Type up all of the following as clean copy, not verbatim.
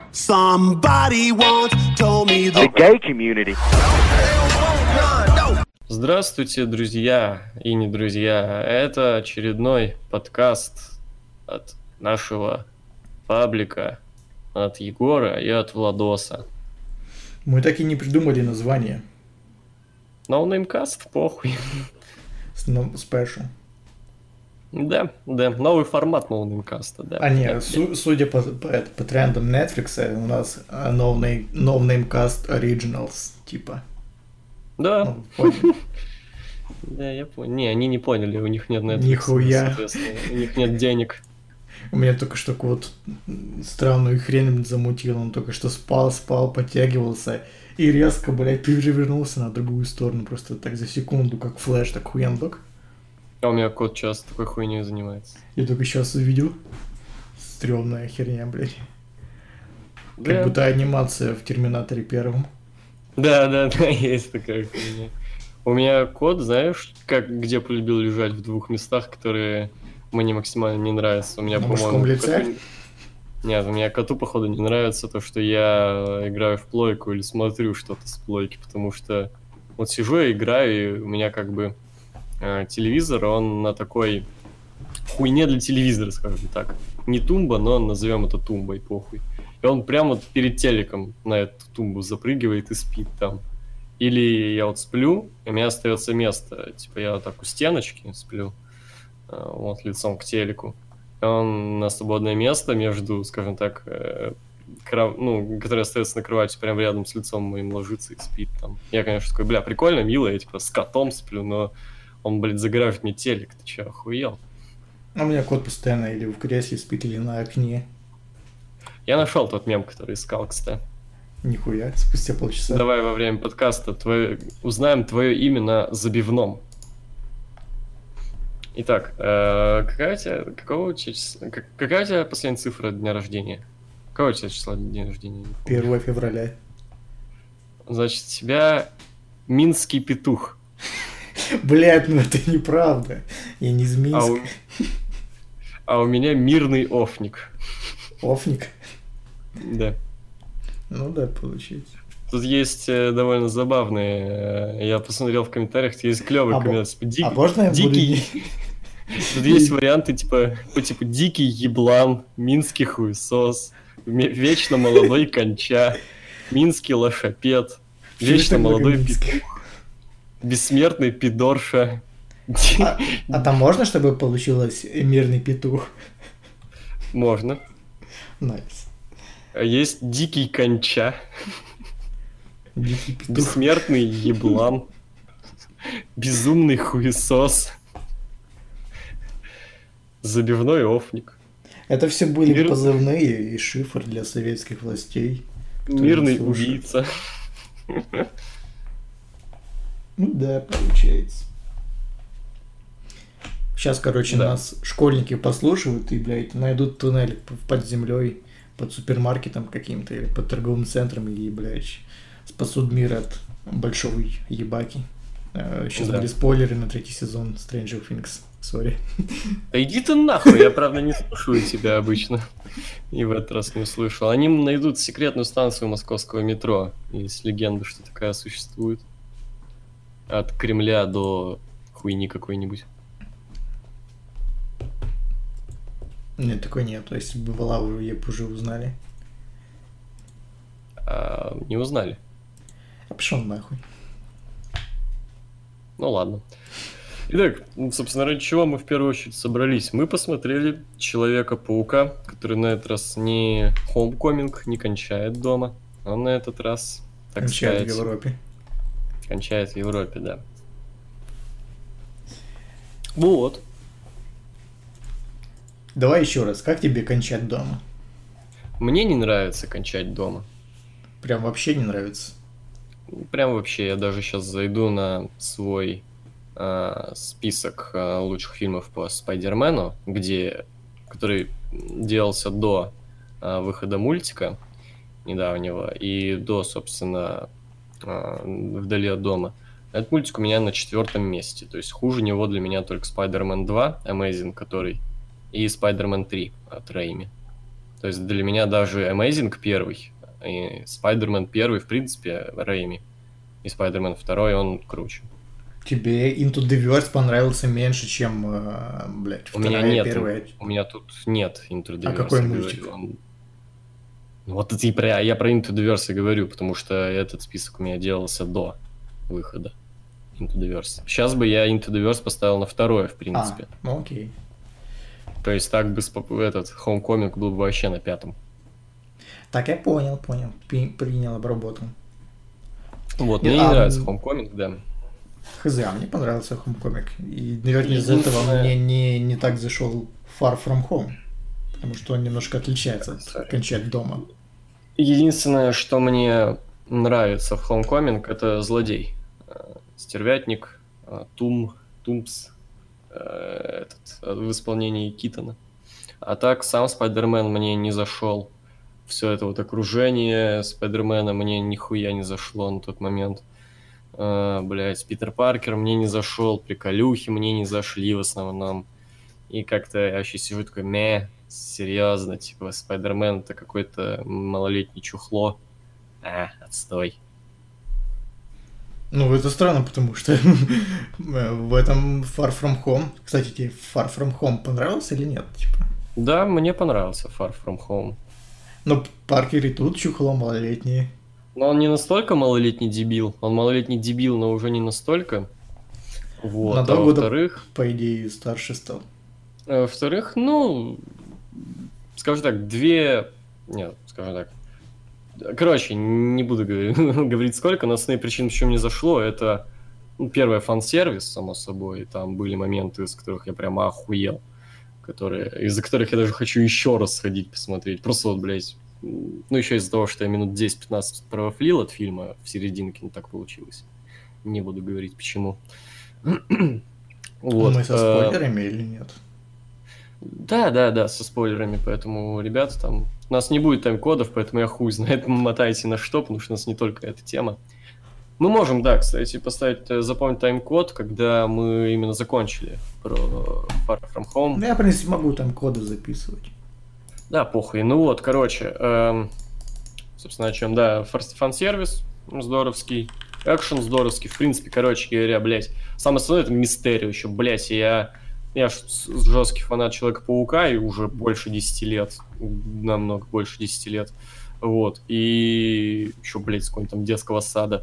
Somebody once told me the gay community. Здравствуйте, друзья и не друзья. Это очередной подкаст от нашего паблика, от Егора и от Владоса. Мы так и не придумали название. Ноунеймкаст, похуй. Спешл. Да, новый формат ноунеймкаста, да. Судя по трендам Netflix, у нас ноунеймкаст Originals, типа. Да. Понял. Да, я понял. Не, они не поняли, у них нет Netflix. Нихуя. Соответственно, у них нет денег. У меня только что вот странную хрень замутил, он только что спал, подтягивался и резко, блядь, перевернулся на другую сторону, просто так за секунду, как флэш, так хуяндок. А у меня кот часто такой хуйней занимается. Я только сейчас увидел. Стрёмная херня, блядь. Да. Как будто анимация в Терминаторе первом. Да, есть такая хуйня. У меня кот, знаешь, где полюбил лежать в двух местах, которые мне максимально не нравятся. У меня, На по-моему, мужском лице? Нет, у меня коту, походу, не нравится то, что я играю в плойку или смотрю что-то с плойки, потому что вот сижу я играю, и у меня как бы телевизор, он на такой хуйне для телевизора, скажем так. Не тумба, но назовем это тумбой, похуй. И он прямо вот перед телеком на эту тумбу запрыгивает и спит там. Или я вот сплю, и у меня остается место. Типа я вот так у стеночки сплю, вот лицом к телеку. И он на свободное место между, скажем так, который остается на кровати прямо рядом с лицом моим ложится и спит там. Я, конечно, такой, бля, прикольно, мило, я типа с котом сплю, но он, блядь, загораживает мне телек. Ты че, охуел? А у меня кот постоянно или в кресле спит, или на окне. Я нашел тот мем, который искал, кстати. Нихуя, спустя полчаса. Давай во время подкаста узнаем твое имя на забивном. Итак, какая у тебя последняя цифра дня рождения? Какого у тебя числа день рождения? 1 февраля. Значит, у тебя Минский петух. Блядь, ну это неправда. Я не из Минска. А у меня мирный офник. Офник? Да. Ну да, получается. Тут есть довольно забавные. Я посмотрел в комментариях, есть клевый комментарий. Можно я дикий. Тут есть варианты типа дикий еблан, минский хуесос, вечно молодой конча, минский лошапед, вечно молодой петух, бессмертный пидорша. А там можно, чтобы получилось мирный петух? Можно. Найс. Есть дикий конча. Дикий петух. Бессмертный еблан. Безумный хуесос. Забивной офник. Это все были позывные и шифр для советских властей. Мирный убийца. Ну да, получается. Сейчас, короче, нас школьники послушают и, блядь, найдут туннель под землей, под супермаркетом каким-то, или под торговым центром, и, блядь, спасут мир от большого ебаки. Сейчас были спойлеры на 3-й сезон Stranger Things. Сори. Да иди ты нахуй, я, правда, не слушаю тебя обычно. И в этот раз не услышал. Они найдут секретную станцию московского метро. Есть легенда, что такая существует. От Кремля до хуйни какой-нибудь. Нет, такой нет. То есть бы была, ее бы уже узнали. Не узнали. А пошел нахуй. Ну ладно. Итак, собственно, ради чего мы в первую очередь собрались? Мы посмотрели Человека-паука, который на этот раз не хоумкоминг, не кончает дома. Он на этот раз, так кончает сказать... в Европе. Кончает в Европе, да. Вот. Давай еще раз, как тебе кончать дома? Мне не нравится кончать дома. Прям вообще не нравится? Прям вообще, я даже сейчас зайду на свой список лучших фильмов по Спайдермену, который делался до выхода мультика недавнего и до, собственно, «Вдали от дома». Этот мультик у меня на 4-м месте, то есть хуже него для меня только Spider-Man 2, Amazing, который, и Spider-Man 3 от Рэйми. То есть для меня даже Amazing первый и Spider-Man первый, в принципе, Рэйми, и Spider-Man второй, он круче. Тебе Into the Verse понравился меньше, чем, блядь, У меня вторая, нет, первая. у меня тут нет Into the А Verse, какой я мультик? говорю, вот это я про Into the Verse и говорю, потому что этот список у меня делался до выхода Into the Verse. Сейчас бы я Into the Verse поставил на второе, в принципе. Ну окей. То есть так бы этот Homecoming был бы вообще на пятом. Так, я понял. Принял, обработал. Вот, мне не нравится Homecoming, да. Хз, а мне понравился Homecoming. И, наверное, из-за этого мне не так зашел Far From Home. Потому что он немножко отличается от кончать дома. Единственное, что мне нравится в Homecoming, это злодей. Стервятник, Тумс, в исполнении Китона. А так, сам Спайдермен мне не зашел. Все это вот окружение Спайдермена мне нихуя не зашло на тот момент. Питер Паркер мне не зашел, приколюхи мне не зашли в основном. И как-то я вообще сижу такой, серьезно, типа, Спайдермен это какой-то малолетний чухло. Отстой. Ну, это странно, потому что в этом Far From Home... Кстати, тебе Far From Home понравился или нет? Типа? Да, мне понравился Far From Home. Но Паркер и тут чухло малолетний. Но он не настолько малолетний дебил. Он малолетний дебил, но уже не настолько. Вот. На 2 года, во-вторых, по идее, старше стал. Во-вторых, скажем так, короче, не буду говорить сколько, но основные причины, почему не зашло, это, первое, фан-сервис, само собой, там были моменты, из которых я прямо охуел, из-за которых я даже хочу еще раз сходить посмотреть, просто вот, блядь, еще из-за того, что я минут 10-15 провафлил от фильма в серединке, так получилось, не буду говорить почему. Вот. Мы со спойлерами или нет? Да, со спойлерами, поэтому, ребята, там... У нас не будет тайм-кодов, поэтому я хуй знает, мотайте на что, потому что у нас не только эта тема. Мы можем, да, кстати, запомнить тайм-код, когда мы именно закончили про Far From Home. Ну, я, в принципе, могу тайм-коды записывать. Да, похуй. Собственно, о чем, да, фан-сервис здоровский, экшен здоровский, в принципе, короче говоря, блядь, самое основное это мистерио еще, блядь, я жесткий фанат Человека-паука и уже больше 10 лет, намного больше 10 лет, вот, и еще, блядь, с какого-нибудь там детского сада.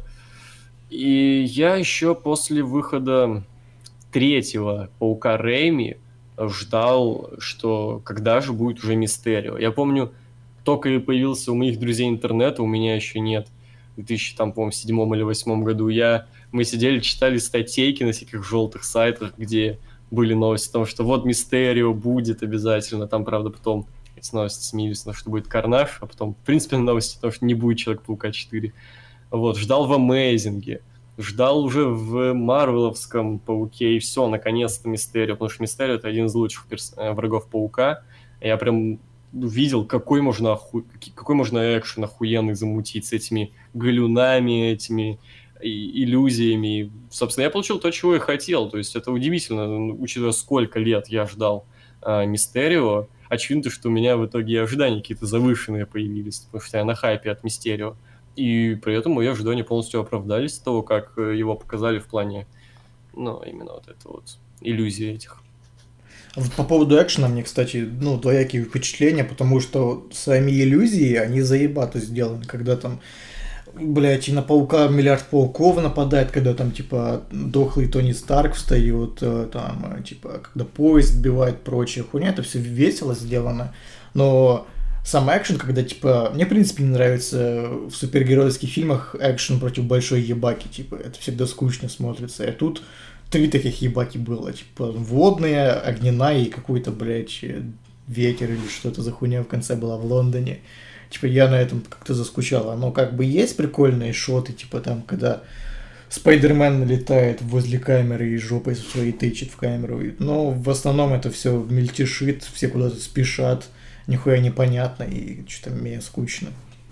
И я еще после выхода третьего Паука Рэйми ждал, что когда же будет уже Мистерио. Я помню, только и появился у моих друзей интернета, у меня еще нет. В 2007 или 2008 году мы сидели, читали статейки на всяких желтых сайтах, где были новости о том, что вот Мистерио будет обязательно. Там, правда, потом эти новости сменились, но что будет Карнаж, а потом, в принципе, новости о том, что не будет Человека-паука 4. Вот, ждал в Амейзинге, ждал уже в Марвеловском Пауке, и все, наконец-то Мистерио, потому что Мистерио — это один из лучших врагов Паука. Я прям видел, какой можно экшен охуенный замутить с этими галюнами, этими иллюзиями. И, собственно, я получил то, чего я хотел. То есть это удивительно, учитывая, сколько лет я ждал Мистерио. Очевидно, что у меня в итоге ожидания какие-то завышенные появились, потому что я на хайпе от Мистерио. И при этом мои ожидания полностью оправдались с того, как его показали в плане, именно вот это вот иллюзии этих. По поводу экшена мне, кстати, двоякие впечатления, потому что сами иллюзии, они заебато сделаны, когда там, блядь, и на Паука миллиард пауков нападает, когда там, типа, дохлый Тони Старк встает, там, типа, когда поезд сбивает, прочая хуйня, это все весело сделано, но сам экшен, когда, типа, мне, в принципе, не нравится в супергеройских фильмах экшен против большой ебаки, типа, это всегда скучно смотрится, а тут 3 таких ебаки было, типа, водная, огненная и какой-то, блядь, ветер или что-то за хуйня в конце была в Лондоне. Типа, я на этом как-то заскучал. Оно как бы есть прикольные шоты, типа, там, когда Спайдермен налетает возле камеры и жопой своей тычет в камеру. Но в основном это все мельтешит, все куда-то спешат, нихуя непонятно и что-то мне скучно.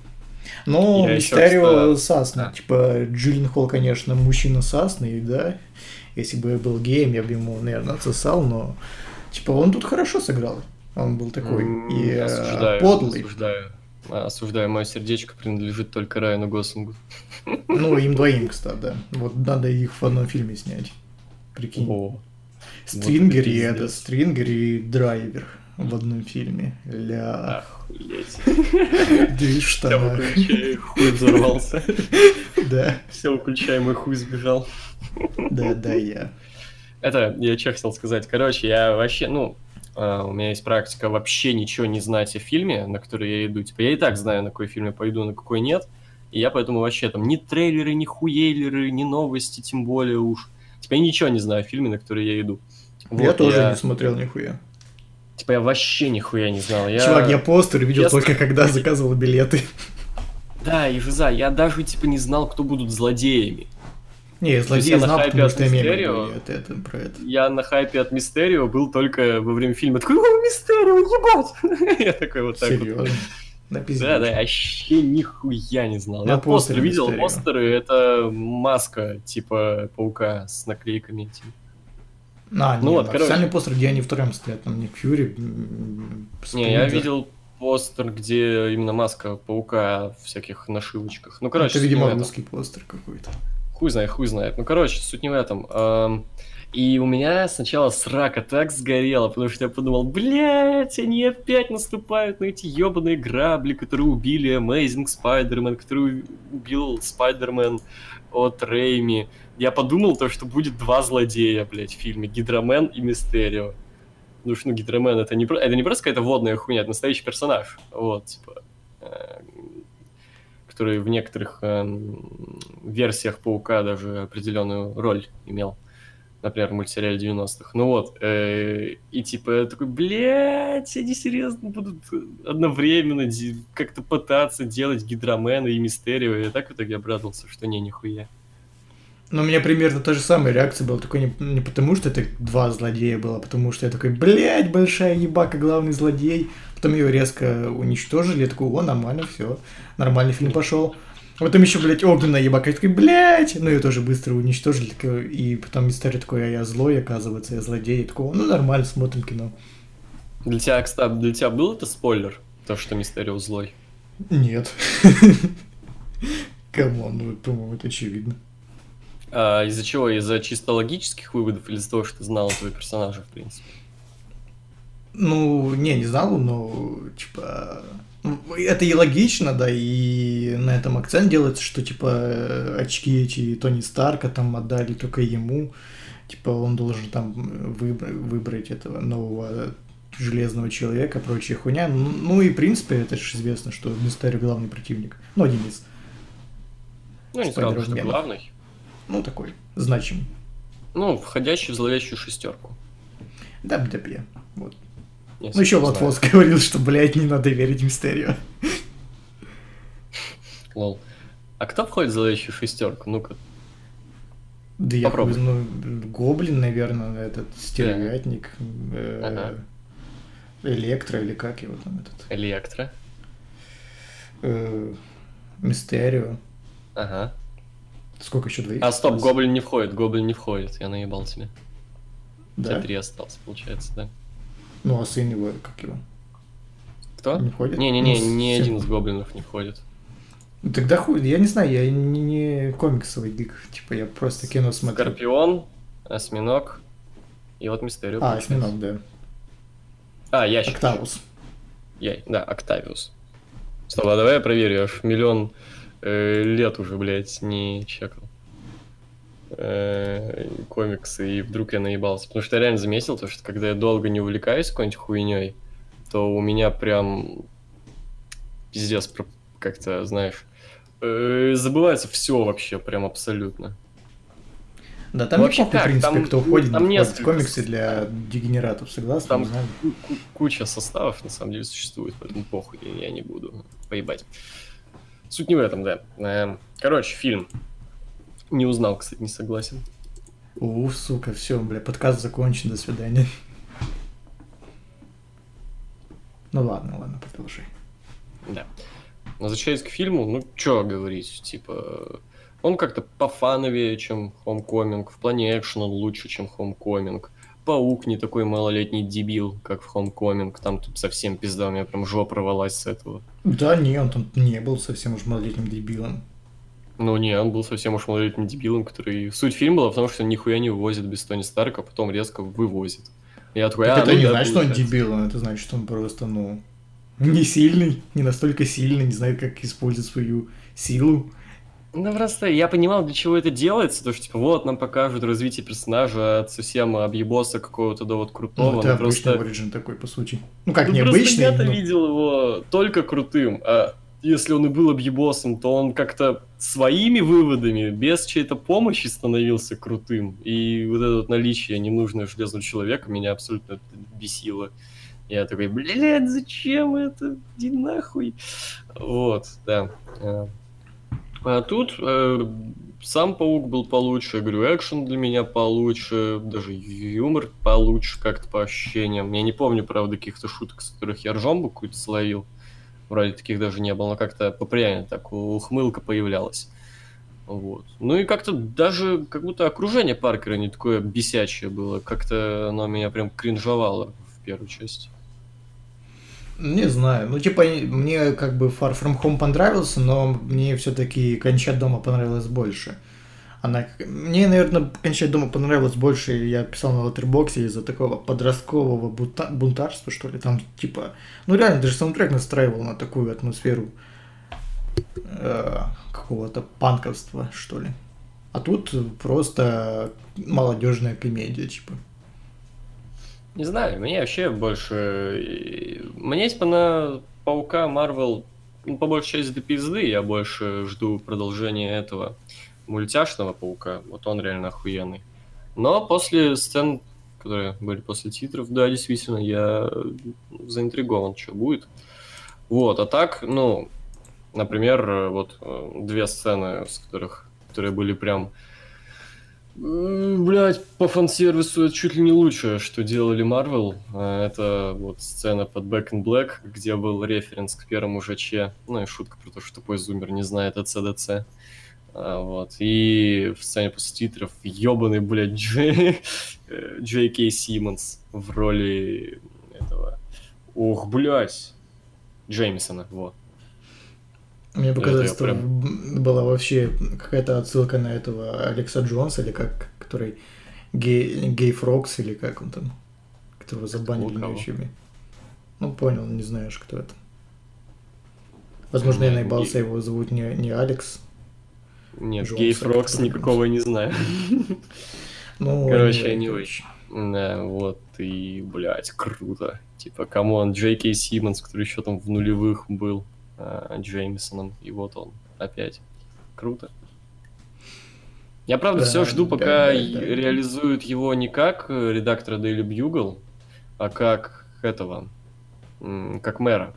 Но Мистерио сасный. Типа, Джилленхол, конечно, мужчина сасный, да. Если бы я был геем, я бы ему, наверное, отсосал, но типа он тут хорошо сыграл. Он был такой и Осуждаю, подлый. осуждаю, мое сердечко принадлежит только Райану Гослингу. Ну, им двоим, кстати, да. Вот надо их в одном фильме снять. Прикинь. О, Стрингер вот и это это, пиздец. Стрингер и Драйвер в одном фильме. Ля. охуеть. Да и Все, что? выключай, хуй взорвался. Да, Все, выключай, мой хуй сбежал. да, я. Это, я что хотел сказать. Короче, я вообще, у меня есть практика вообще ничего не знать о фильме, на который я иду. Типа, я и так знаю, на какой фильм я пойду, на какой нет. И я поэтому вообще там ни трейлеры, ни хуейлеры, ни новости, тем более уж. Типа, я ничего не знаю о фильме, на который я иду. Я Вот, тоже не смотрел нихуя. Типа, я вообще нихуя не знал. Чувак, я постер видел Честно? только когда заказывал билеты. Да, и жиза, я даже, типа, не знал, кто будут злодеями. Не, я есть злодея я на знал, хайпе потому от что я мемы Мистерио. были это про это. Я на хайпе от Мистерио был только во время фильма. Такой, о, Мистерио, ебать! Я такой вот так вот. Серьезно? Да, пиздец. Да, вообще нихуя не знал. На Я постер постере видел, Мистерио. постеры, это маска, типа, паука с наклейками этими. Ну вот, короче. официальный постер, где они втроем стоят, там Ник Фьюри, Не, я видел постер, где именно маска паука в всяких нашивочках. Ну, короче, это, суть не в видимо, этом. русский постер какой-то. Хуй знает. Ну, короче, суть не в этом. И у меня сначала срака так сгорела, потому что я подумал, блять, они опять наступают на эти ебаные грабли, которые убили Amazing Spider-Man, который убил Spider-Man от Рэйми. Я подумал то, что будет два злодея, блять, в фильме, Гидромен и Мистерио. Потому что, Гидромен это не просто какая-то водная хуйня, это настоящий персонаж. Вот, типа, который в некоторых версиях Паука даже определенную роль имел. Например, в мультсериале 90-х. Ну вот, и типа я такой, блядь, они серьезно будут одновременно как-то пытаться делать Гидромена и Мистерио. И я так в итоге обрадовался, что нихуя. Ну, у меня примерно та же самая реакция была, такой не потому, что это два злодея было, а потому что я такой, блядь, большая ебака, главный злодей. Потом ее резко уничтожили, я такой, о, нормально, все, нормальный фильм пошел. А потом еще, блядь, огненная ебака, я такой, блядь, ну ее тоже быстро уничтожили, такой, и потом Мистерио такой, а я злой, оказывается, я злодей, я такой, ну нормально, смотрим кино. Для тебя, кстати, был это спойлер, то, что Мистерио злой? Нет. Камон, ну, по-моему, это очевидно. Из-за чего? Из-за чисто логических выводов или из-за того, что ты знал этого персонажа, в принципе? Ну, не знал, но, типа, это и логично, да, и на этом акцент делается, что, типа, очки эти Тони Старка там отдали только ему, типа, он должен там выбрать этого нового Железного Человека, прочая хуйня. Ну, и, в принципе, это же известно, что Мистерио главный противник, ну, один из. Ну, не сказал, что Спайдермена. главный. Ну, такой, значимый. Ну, входящий в зловещую шестерку. Да, бля, вот. Если Ну, еще кто Влад знает. Фос говорил, что, блядь, не надо верить Мистерио. Лол. А кто входит в зловещую шестерку? Ну-ка. Да я Попробуй. хуй знаю, Гоблин, наверное, этот стервятник, Ага. Электро или как его там этот, Электро. Мистерио. Ага. Сколько еще двоих? А, стоп, осталось? Гоблин не входит. Я наебал тебе. У тебя Да? 3 осталось, получается, да. Ну, а сын его, как его? Кто? Не входит? Не-не-не, Ну, ни сын. один из гоблинов не входит. Ну, тогда хуй, я не знаю, я не комиксовый гик, типа я просто кино смотрю. Скорпион, осьминог и вот Мистерио. А, получается. осьминог, да. Ящик. Октавус. Да, Октавиус. Стоп, а давай я проверю, я аж миллион лет уже, блядь, не чекал комиксы, и вдруг я наебался. Потому что я реально заметил, то, что когда я долго не увлекаюсь какой-нибудь хуйней, то у меня прям пиздец как-то, знаешь, забывается все вообще, прям абсолютно. Да, там Вообще не похуй, в как, принципе, там- кто уходит, там не входит. несколько Комиксы для дегенератов, согласен? Там Не знаю. куча составов, на самом деле, существует, поэтому похуй, я не буду поебать. Суть не в этом, да. Короче, фильм. Не узнал, кстати, не согласен. Сука, все, бля, подкаст закончен, до свидания. Ну ладно, продолжай. Да. Возвращаясь к фильму, ну, чё говорить, типа... Он как-то пофановее, чем Homecoming. В плане экшена он лучше, чем Homecoming. Паук не такой малолетний дебил, как в Homecoming. Там тут совсем пизда, у меня прям жопа рвалась с этого. Да не, он там не был совсем уж малолетним дебилом. Ну не, он был совсем уж малолетним дебилом, который... Суть фильма была в том, что он нихуя не вывозит без Тони Старка, а потом резко вывозит. Я такой, Так это ну не да, значит, что он получается. дебил, это значит, что он просто, ну, не сильный, не настолько сильный, не знает, как использовать свою силу. Ну просто я понимал, для чего это делается, то что типа вот нам покажут развитие персонажа от совсем объебоса какого-то до вот крутого, Ну, это но обычный просто... оригин такой, по сути. Ну, как Ну, необычный, просто я-то но... видел его только крутым, а если он и был объебосом, то он как-то своими выводами, без чьей-то помощи становился крутым. И вот это вот наличие ненужного железного человека меня абсолютно бесило. Я такой, блядь, зачем это? Иди нахуй. Вот, да. А тут сам Паук был получше, я говорю, экшен для меня получше, даже юмор получше как-то по ощущениям. Я не помню, правда, каких-то шуток, с которых я ржомбу какую-то словил. Вроде таких даже не было, но как-то поприятнее так ухмылка появлялась. Вот. Ну и как-то даже как будто окружение Паркера не такое бесячее было. Как-то оно меня прям кринжовало в первую часть. Не знаю, ну, типа, мне как бы Far From Home понравился, но мне все-таки «Кончать дома» понравилось больше. Мне, наверное, «Кончать дома» понравилось больше, я писал на Letterboxd из-за такого подросткового бунтарства, что ли, там, типа, ну, реально, даже саундтрек настраивал на такую атмосферу какого-то панковства, что ли. А тут просто молодежная комедия, типа. Не знаю, мне вообще больше... Мне типа на Паука Марвел, ну, по большей части до пизды, я больше жду продолжения этого мультяшного Паука. Вот он реально охуенный. Но после сцен, которые были после титров, да, действительно, я заинтригован, что будет. Вот, а так, ну, например, вот две сцены, которые были прям... Блять, по фан-сервису это чуть ли не лучшее, что делали Marvel. Это вот сцена под Back in Black, где был референс к первому ЖЧ. Ну и шутка про то, что тупой зумер не знает АЦДЦ. Вот. И в сцене после титров ёбаный, блядь, Джей Кей Симмонс в роли этого... Ох, блядь! Джеймисона, вот. Мне показалось, что прям... была вообще какая-то отсылка на этого Алекса Джонса, или как, который Гей Фрокс, или как он там, которого забанили на ютубе. Ну, понял, не знаешь, кто это. Возможно, я наебался, его зовут не Алекс. Нет, Гей Фрокс никакого не знаю. Ну, короче, anyway. Да, вот, и, блядь, круто. Типа, камон, Джей Кей Симмонс, который еще там в нулевых был. Джеймисоном, и вот он опять. Круто. Я, правда, все жду, пока реализуют его не как редактора Daily Bugle, а как этого, как мэра.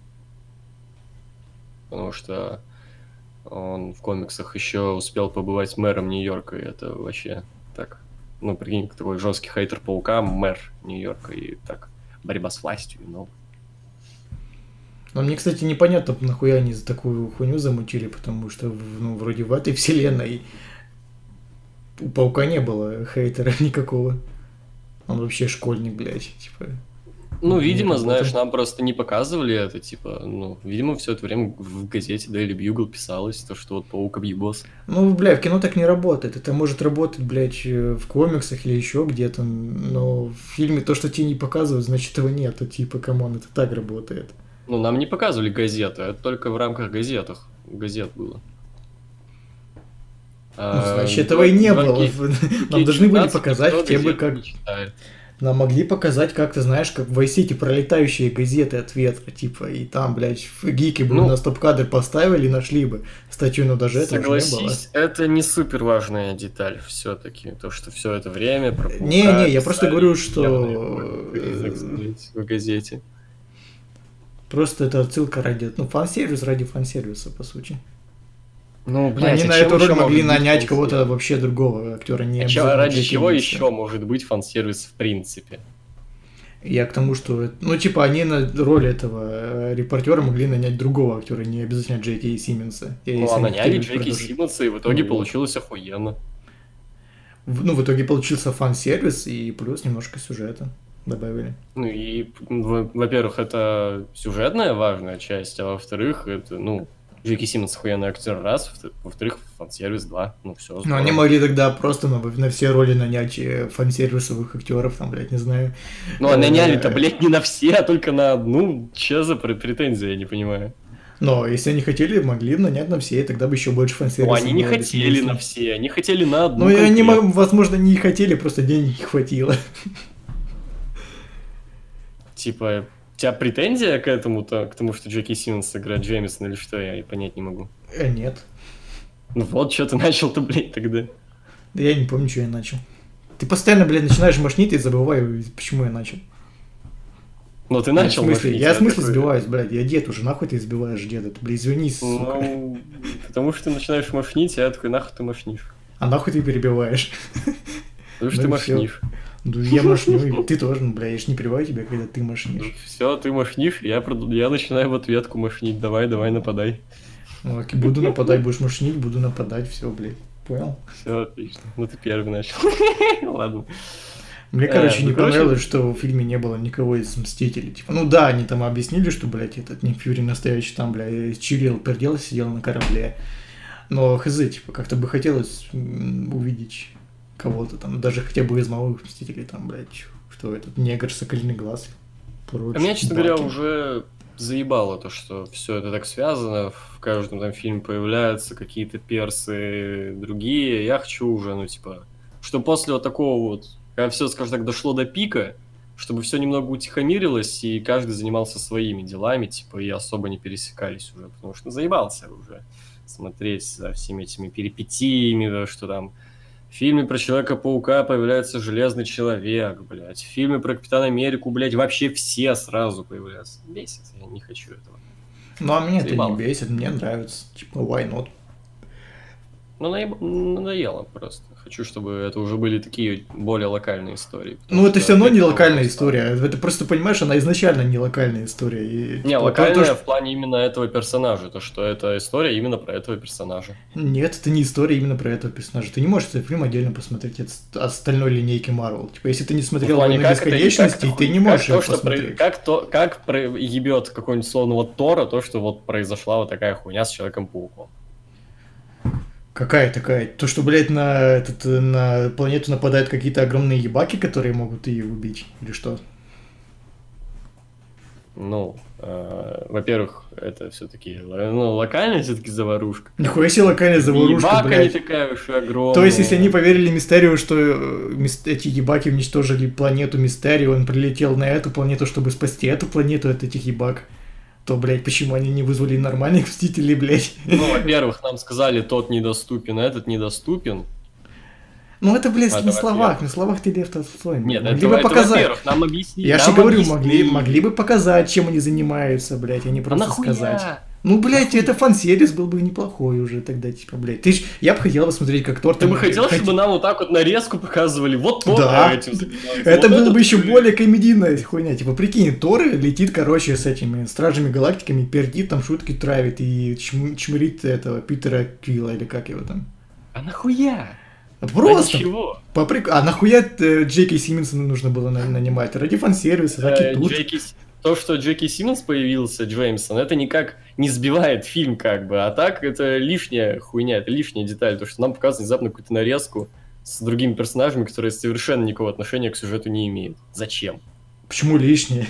Потому что он в комиксах еще успел побывать мэром Нью-Йорка, и это вообще так, ну, прикинь, такой жесткий хейтер Паука, мэр Нью-Йорка, и так, борьба с властью, ну. Но мне, кстати, непонятно, нахуя они за такую хуйню замутили, потому что, ну, вроде в этой вселенной у Паука не было хейтера никакого. Он вообще школьник, блядь, типа. Ну, видимо, знаешь, нам просто не показывали это, типа, ну, видимо, все это время в газете Daily Bugle писалось, то, что вот Паук объебос. Ну, бля, в кино так не работает. Это может работать, блядь, в комиксах или еще где-то, но в фильме то, что тебе не показывают, значит, этого нет. Типа, камон, это так работает. Ну, нам не показывали газеты, это только в рамках газет было. Ну, значит, этого и не было. Нам должны были показать хотя бы как... Нам могли показать, как ты знаешь, как в Vice City пролетающие газеты от ветра, типа, и там, блядь, в гике бы на стоп-кадр поставили и нашли бы статью, но даже этого не было. Это не супер важная деталь все-таки, то, что все это время... Не, я просто говорю, что... в газете. Просто это отсылка ради... Ну, фан-сервис ради фан-сервиса, по сути. Ну, блядь, они на эту роль могли нанять кого-то вообще другого актера, не ради чего еще может быть фан-сервис в принципе? Я к тому, что... Ну, типа, они на роль этого репортера могли нанять другого актера, не обязательно Джей Кей Симмонса. Ну, а наняли Джей Кей Симмонса, и в итоге получилось охуенно. Ну, в итоге получился фан-сервис и плюс немножко сюжета добавили. Ну и, во-первых, это сюжетная важная часть, а во-вторых, это, ну, Джеки Симмонс охуенный актер, раз, во-вторых, фан-сервис, два, ну все. Ну, они могли тогда просто на все роли нанять фан-сервисовых актеров, там, блядь, не знаю. Ну, а наняли-то, блядь, не на все, а только на одну. Че за претензия, я не понимаю. Но если они хотели, могли нанять на все, и тогда бы еще больше фан-сервиса. Ну, они не хотели на все, они хотели на одну. Ну, и они, возможно, не хотели, просто денег не хватило. Типа, у тебя претензия к этому-то, к тому, что Джеки Симмонс играет Джеймисона, или что, я понять не могу. Нет. Ну вот, что ты начал-то, блядь, тогда. Да я не помню, что я начал. Ты постоянно, блядь, начинаешь мошнить, и забываю, почему я начал. Ну, ты начал мошнить. Я в смысле сбиваюсь, блядь, я дед уже, нахуй ты избиваешь деда? Ты, блядь, извини, сука. Ну, потому что ты начинаешь мошнить, а я такой, нахуй ты мошнишь. А нахуй ты перебиваешь? Потому что ты мошнишь. Ну, я мошню, ты тоже, ну, бля, я ж не перебиваю тебя, когда ты мошнишь. Все, ты мошнишь, я начинаю в ответку мошнить, давай, нападай. Ну, окей, буду нападать, будешь мошнить, буду нападать, все, блядь, понял? Все, отлично, ну ты первый начал. Ладно. Мне, короче, не понравилось, что в фильме не было никого из Мстителей. Типа, ну да, они там объяснили, что, блядь, этот Ник Фьюри настоящий там, блядь, чилил, пердел, сидел на корабле. Но хз, типа, как-то бы хотелось увидеть кого-то там, даже хотя бы из новых Мстителей, там, блядь, что этот негр Соколиный Глаз. А меня, честно говоря, уже заебало то, что все это так связано, в каждом там фильме появляются какие-то персы другие. Я хочу уже, ну, типа, что после вот такого вот, когда все, скажем так, дошло до пика, чтобы все немного утихомирилось, и каждый занимался своими делами, типа, и особо не пересекались уже, потому что заебался уже смотреть за всеми этими перипетиями, да, что там в фильме про Человека-паука появляется Железный Человек, блядь. В фильме про Капитана Америку, блядь, вообще все сразу появляются. Бесит, я не хочу этого. Ну, а меня это не бесит, мне нравится. Типа, why not? Ну, надоело просто. Хочу, чтобы это уже были такие более локальные истории. Ну, это все равно не локальная история. Это просто, понимаешь, она изначально не локальная история. И, не, локальная в плане именно этого персонажа. То, что это история именно про этого персонажа. Нет, это не история именно про этого персонажа. Ты не можешь этот фильм отдельно посмотреть от остальной линейки Марвел. Типа, если ты не смотрел «Войну бесконечности», ты не можешь его посмотреть. Как ебет какой-нибудь словного Тора то, что вот произошла вот такая хуйня с Человеком-пауком. Какая такая? То, что, блядь, на планету нападают какие-то огромные ебаки, которые могут ее убить? Или что? Ну, во-первых, это все-таки локальная все-таки заварушка. Нихуя себе локальная заварушка, ебака блядь. не такая уж и огромная. То есть, если они поверили Мистерию, что эти ебаки уничтожили планету Мистерию, он прилетел на эту планету, чтобы спасти эту планету от этих ебак, то, блядь, почему они не вызвали нормальных Мстителей, блядь? Ну, во-первых, нам сказали, тот недоступен, а этот недоступен. Ну, это, блядь, на словах ты Лев Толстой. Нет, могли бы показать. Во-первых, нам объяснили. Я же говорю, могли бы показать, чем они занимаются, блядь, а не просто сказать. Ну, блядь, это фан-сервис был бы неплохой уже тогда, типа, блядь. Я бы хотел посмотреть, как Тор... Ты бы хотел, чтобы нам вот так вот нарезку показывали? Вот Тор этим занимается. Это было бы еще более комедийная хуйня. Типа, прикинь, Тор летит, короче, с этими Стражами Галактиками, пердит, там шутки травит и чмырит этого Питера Квилла, или как его там. А нахуя? Просто. Чего? А нахуя Джеки Симмонсона нужно было нанимать? Ради фан-сервиса, ради тут. То, что Джеки Симмонс появился, Джеймсон, это никак не сбивает фильм, как бы. А так, это лишняя хуйня, это лишняя деталь. То, что нам показывают внезапно какую-то нарезку с другими персонажами, которые совершенно никакого отношения к сюжету не имеют. Зачем? Почему лишнее?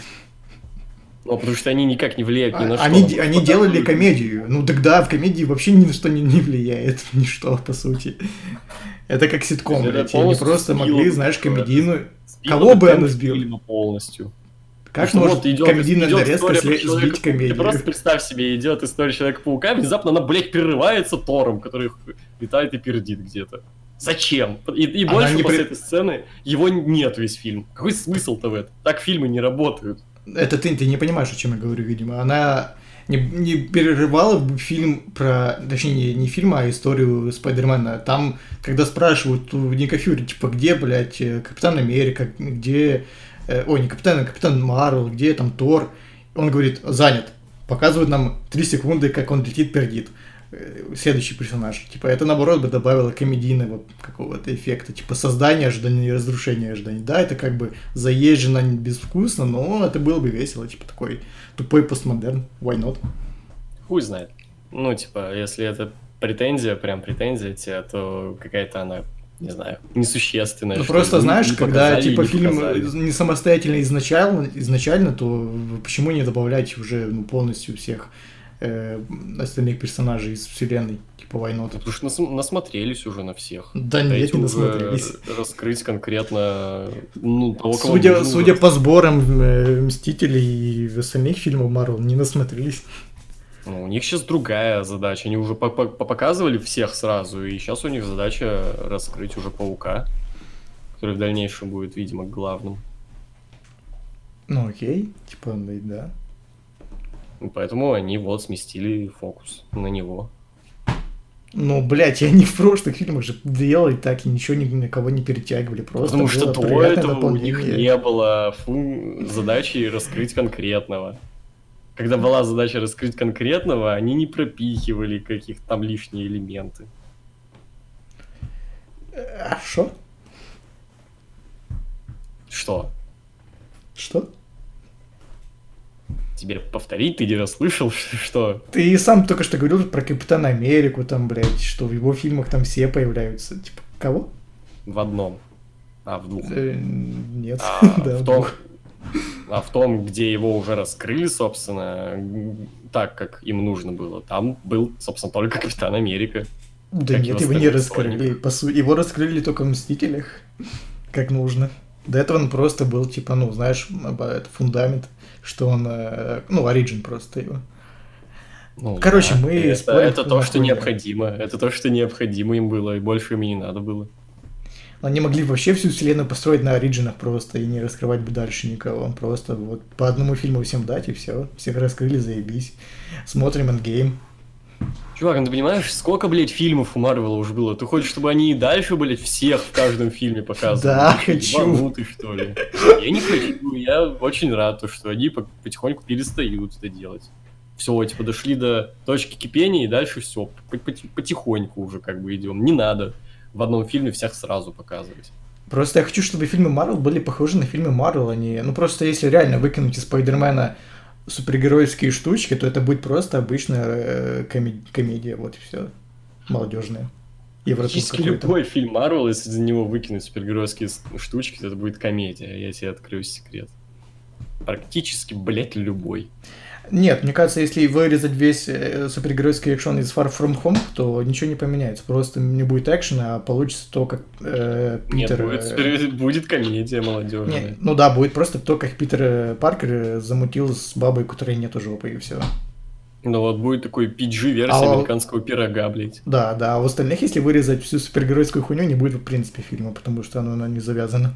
Ну, потому что они никак не влияют ни на что. Они делали комедию. Ну, тогда в комедии вообще ни на что не влияет. Ничто, по сути. Это как ситком, блядь. Они просто могли, знаешь, комедийную... Кого бы она сбила? Полностью. Как может комедийная нарезка сбить комедию? Ты просто представь себе, идет история Человека-паука, внезапно она, блядь, прерывается Тором, который летает и пердит где-то. Зачем? И больше после этой сцены его нет весь фильм. Какой смысл-то в этом? Так фильмы не работают. Это ты не понимаешь, о чем я говорю, видимо. Она не перерывала фильм про... Точнее, не фильм, а историю Спайдермена. Там, когда спрашивают у Ника Фьюри, типа, где, блядь, Капитан Америка, где... Ой, не Капитан Марвел, где там Тор? Он говорит, занят. Показывают нам 3 секунды, как он летит, пердит. следующий персонаж. Типа, это, наоборот, бы добавило комедийного какого-то эффекта. Типа, создание ожиданий и разрушение ожиданий. Да, это как бы заезжено, безвкусно, но это было бы весело. Типа, такой тупой постмодерн. Why not? Хуй знает. Ну, типа, если это претензия, прям претензия тебе, то какая-то она, не знаю, несущественная. Ну, что просто, ли. знаешь, Не когда, показали, типа, не фильм показали. не самостоятельно изначально, то почему не добавлять уже полностью всех остальных персонажей из вселенной? Типа, why not? Потому что насмотрелись уже на всех. Да нет, Дайте не уже насмотрелись. раскрыть конкретно, ну, того, кого Судя нужно уже. по сборам Мстителей и остальных фильмов Марвел, не насмотрелись. Ну, у них сейчас другая задача. Они уже показывали всех сразу, и сейчас у них задача раскрыть уже Паука, который в дальнейшем будет, видимо, главным. Ну окей, типа, да. И поэтому они вот сместили фокус на него. Ну, блядь, и они в прошлых фильмах же делали так, и ничего ни на кого не перетягивали. Просто Потому что было до приятное этого у них дополнение. не было задачи раскрыть конкретного. Когда была задача раскрыть конкретного, они не пропихивали каких-то там лишние элементы. А что? Что? Что? Тебе повторить? Ты не расслышал, что? Ты сам только что говорил про Капитана Америку, там, блядь, что в его фильмах там все появляются. Типа, кого? В одном. А в двух. Нет. А Да, в том, а в том, где его уже раскрыли, собственно, так, как им нужно было, там был, собственно, только Капитан Америка. Да как нет, его его не остальных раскрыли. По сути, его раскрыли только в Мстителях, как нужно. До этого он просто был, типа, ну, знаешь, это фундамент, что он, ну, оригин просто его. Ну, Короче, да, мы спорим, это кто то, что нахуй. необходимо. Это то, что необходимо им было, и больше им и не надо было. Они могли вообще всю вселенную построить на оригинах просто и не раскрывать бы дальше никого. Просто вот по одному фильму всем дать и все. Всех раскрыли, заебись. Смотрим Endgame. Чувак, ну ты понимаешь, сколько, блядь, фильмов у Марвела уже было? Ты хочешь, чтобы они и дальше, блядь, всех в каждом фильме показывали? Да, Ты хочу. ебанутый, что ли? Я не хочу, я очень рад, что они потихоньку перестают это делать. Все, типа, дошли до точки кипения, и дальше все, потихоньку уже как бы идем. Не надо в одном фильме всех сразу показывать. Просто я хочу, чтобы фильмы Марвел были похожи на фильмы Марвел, а не... Ну просто если реально выкинуть из Спайдермена супергеройские штучки, то это будет просто обычная комедия, вот и все. Молодежная. Практически любой фильм Марвел, если за него выкинуть супергеройские штучки, то это будет комедия, я тебе открою секрет. Практически, блядь, любой. Нет, мне кажется, если вырезать весь супергеройский экшен из Far From Home, то ничего не поменяется. Просто не будет экшена, а получится то, как Питер... Нет, будет комедия молодежная. Не, ну да, будет просто то, как Питер Паркер замутил с бабой, у которой нету жопы, и все. Ну вот будет такой PG-версия американского пирога, блядь. Да, а в остальных, если вырезать всю супергеройскую хуйню, не будет в принципе фильма, потому что она не завязана.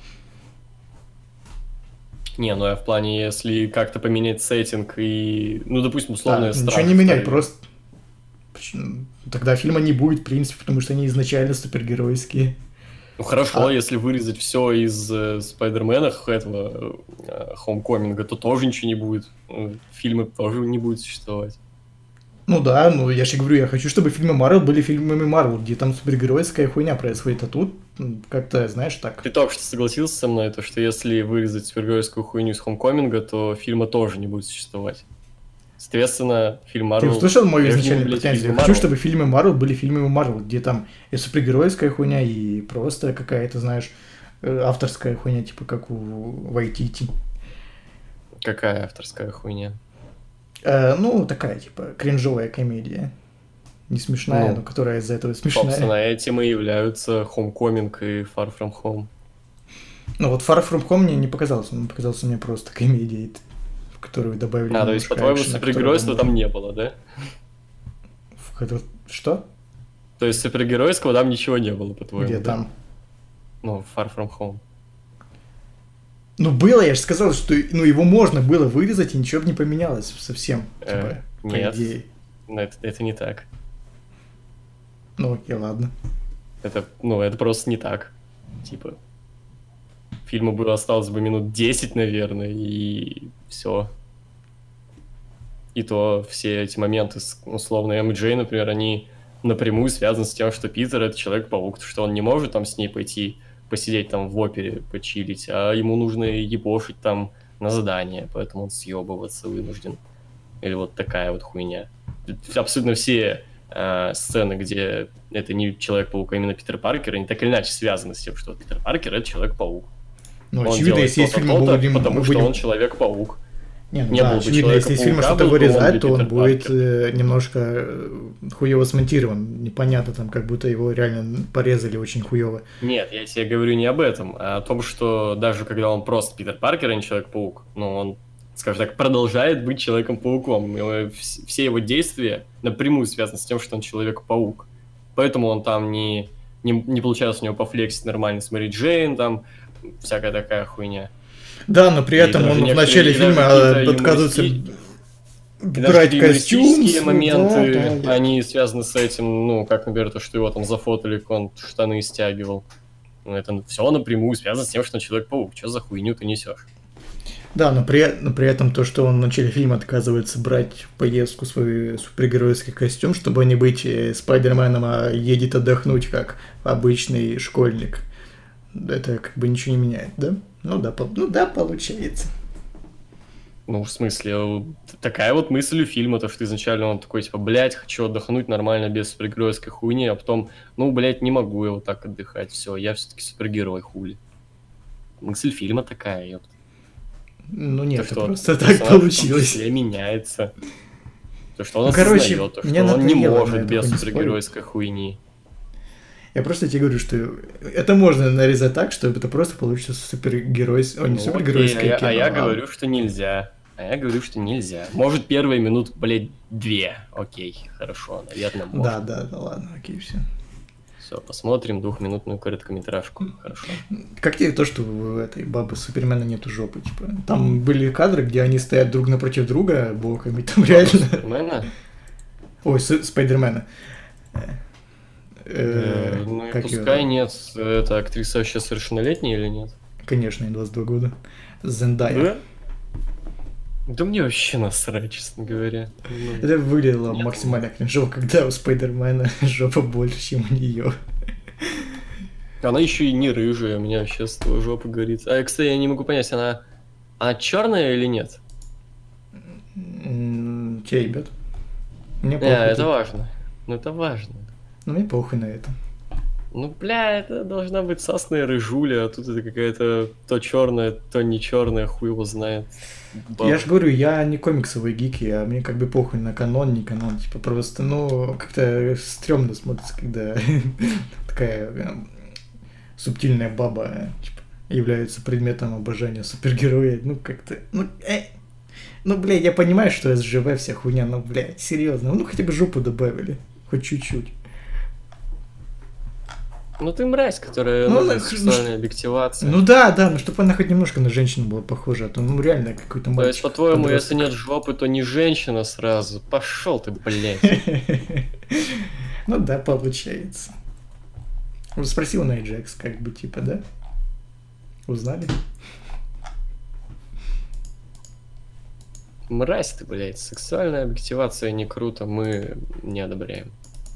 Не, ну я в плане, если как-то поменять сеттинг и, ну, допустим, условно... Да, ничего не менять, просто... Тогда фильма не будет, в принципе, потому что они изначально супергеройские. Ну хорошо, если вырезать все из Спайдермена этого Хоумкоминга, то тоже ничего не будет. Фильмы тоже не будут существовать. Ну да, ну я же говорю, я хочу, чтобы фильмы Марвел были фильмами Марвел, где там супергеройская хуйня происходит, а тут как-то, знаешь, так. Ты только что согласился со мной, то, что если вырезать супергеройскую хуйню из Хоумкоминга, то фильма тоже не будет существовать. Соответственно, фильм Марвел... Ты услышал мою изначальную претензию? Я хочу, чтобы фильмы Марвел были фильмами Марвел, где там и супергеройская хуйня, и просто какая-то, знаешь, авторская хуйня, типа как у Вайтити. Какая авторская хуйня? Ну, такая, типа, кринжовая комедия. Не смешная, но которая из-за этого смешная. Собственно, этим и являются Homecoming и Far From Home. Ну, вот Far From Home мне не показался, он показался мне просто комедией, в которую добавили... то есть, по-твоему, супергеройства там не было, да? Что? То есть, супергеройского там ничего не было, по-твоему, Где да? там? Ну, Far From Home. Ну, было, я же сказал, что его можно было вырезать, и ничего бы не поменялось совсем. Типа, нет, по идее. Это не так. Ну, окей, ладно. Это просто не так. Типа, фильму было осталось бы минут 10, наверное, и все. и то все эти моменты с условно MJ, например, они напрямую связаны с тем, что Питер — это Человек-паук, что он не может там с ней пойти посидеть там в опере, почилить, а ему нужно ебошить там на задание, поэтому он съебываться вынужден. Или вот такая вот хуйня. Абсолютно все сцены, где это не Человек-паук, а именно Питер Паркер, они так или иначе связаны с тем, что Питер Паркер — это Человек-паук. Ну, Он очевидно, делает если есть то-то, фильм, то-то, потому что он Человек-паук. Не, ну Не да, было бы очевидно, если из фильма Человека-паука, что-то был бы он вырезать, то он Питер будет Паркер. немножко хуево смонтирован. Непонятно, там, как будто его реально порезали очень хуево. Нет, я тебе говорю не об этом, а о том, что даже когда он просто Питер Паркер, а не Человек-паук, но он, скажем так, продолжает быть Человеком-пауком. Все его действия напрямую связаны с тем, что он Человек-паук. Поэтому он там не получалось у него пофлексить нормально с Мэри Джейн, там всякая такая хуйня. Да, но при этом он в начале фильма отказывается брать костюм. Юмористические моменты, да, да. они связаны с этим, ну, как, например, то, что его там зафотали, как он штаны стягивал. Ну, это все напрямую связано с тем, что он Человек-паук. Что за хуйню ты несешь? Да, но при этом то, что он в начале фильма отказывается брать в поездку свой супергеройский костюм, чтобы не быть Спайдерменом, а едет отдохнуть, как обычный школьник. Это как бы ничего не меняет, да? Ну да, получается. Ну, в смысле, такая вот мысль у фильма, то, что изначально он такой, типа, блядь, хочу отдохнуть нормально без супергеройской хуйни, а потом, ну, блядь, не могу я вот так отдыхать, все, я все-таки супергерой, хули. Мысль фильма такая, ёпта. Ну нет, То, что просто так персонаж получилось. в том числе меняется. То, что он Ну, короче, осознает, то, мне что он не надоело на может эту без хуйню супергеройской хуйни. Я просто тебе говорю, что это можно нарезать так, что это просто получится супергерой... О, не Ну, супергеройское окей, кино. а я говорю, что нельзя. Может, первые минут, блядь, 2. Окей, хорошо, наверное, можно. Да, ладно, окей, все. Все, посмотрим двухминутную короткометражку. Хорошо. Как тебе то, что у этой бабы Супермена нету жопы, типа? Там были кадры, где они стоят друг напротив друга боками, там реально... Супермена? Ой, Спайдермена. Ну, и Как пускай её? нет. Эта актриса вообще совершеннолетняя или нет? Конечно, ей 22 года. Зендая. Да? Да мне вообще насрать, честно говоря. Ну, Это выглядело Нет. максимально кринжово, когда у Спайдермена жопа больше, чем у нее. Она еще и не рыжая, у меня вообще с твоей жопы горит. А, кстати, я не могу понять, она черная или нет? Те, ребят. Мне похуй. Это важно. Ну, это важно. Ну, мне похуй на это. Ну, бля, это должна быть сасная рыжуля, а тут это какая-то то черная, то не черная, хуй его знает. Я же говорю, я не комиксовый гик, а мне как бы похуй на канон, не канон. Типа просто, ну, как-то стрёмно смотрится, когда такая субтильная баба типа, является предметом обожания супергероя. Ну, как-то, ну, блядь, я понимаю, что СЖВ вся хуйня, но, блядь, серьезно, ну, хотя бы жопу добавили, хоть чуть-чуть. Ну ты мразь, которая нужна сексуальная объективация. Ну да, ну чтобы она хоть немножко на женщину была похожа, а то ну реально какой-то мальчик. То есть, по-твоему, подросток. если нет жопы, то не женщина сразу. Пошел ты, блядь. Ну да, получается. Спросил на Эйджекс, как бы, типа, да? Узнали? Мразь ты, блядь. Сексуальная объективация не круто, мы не одобряем.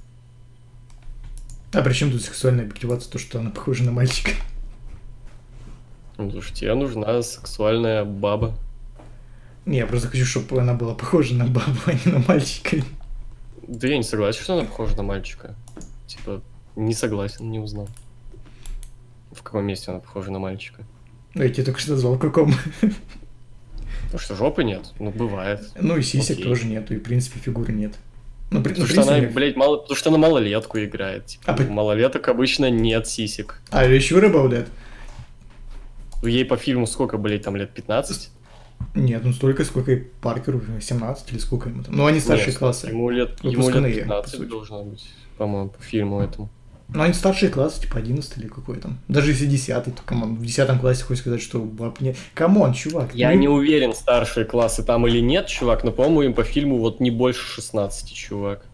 А при чем тут сексуальная объективация, то, что она похожа на мальчика? Ну, потому что тебе нужна сексуальная баба. Не, я просто хочу, чтобы она была похожа на бабу, а не на мальчика. Да я не согласен, что она похожа на мальчика. Типа, не согласен, не узнал. В каком месте она похожа на мальчика? Ну, я тебе только что назвал, в каком. Потому что жопы нет, ну бывает. Ну и сисек Окей. тоже нету, и в принципе фигуры нет. Ну, Потому что она, блядь, потому что она малолетку играет. Типа, А у малолеток обычно нет сисек. А, еще about that? Ей по фильму сколько, блядь, там лет 15? Нет, ну столько, сколько и Паркеру, 17 или сколько ему там. Ну, они старшие Нет, классы. Ему лет Выпускные, 15 по сути. должно быть, по-моему, по фильму этому. Ну, они старшие классы, типа 11 или какой там. Даже если 10-й, то, камон, в 10 классе хочешь сказать, что баб не... Камон, чувак. Я ну, не уверен, старшие классы там или нет, чувак, но, по-моему, им по фильму вот не больше 16, чувак.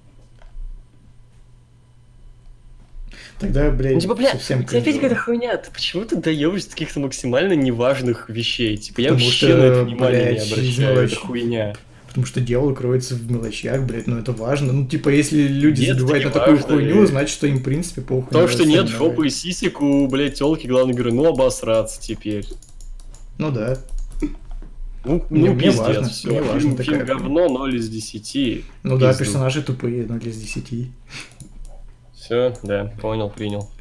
Тогда, блядь, Ну, типа, бля, совсем у тебя опять кринжово. какая-то хуйня, ты почему ты даешь каких-то максимально неважных вещей? Типа, я Потому вообще что, на это внимание блядь, не обращаю, жизнь это очень- хуйня. Потому что дьявол кроется в мелочах, блядь, ну это важно. Ну, типа, если люди Нет, забивают это на такую важно, хуйню, и- значит, что им, в принципе, похуй. То, на что нет остальное. жопы и сисек у, блядь, телки главной героя, ну обосраться теперь. Ну да. Ну, Мне пиздец, важно, все. мне важно Фильм такая говно, 0 из 10. Ну да, Пизду. персонажи тупые, 0 из 10. Все, да, понял, принял.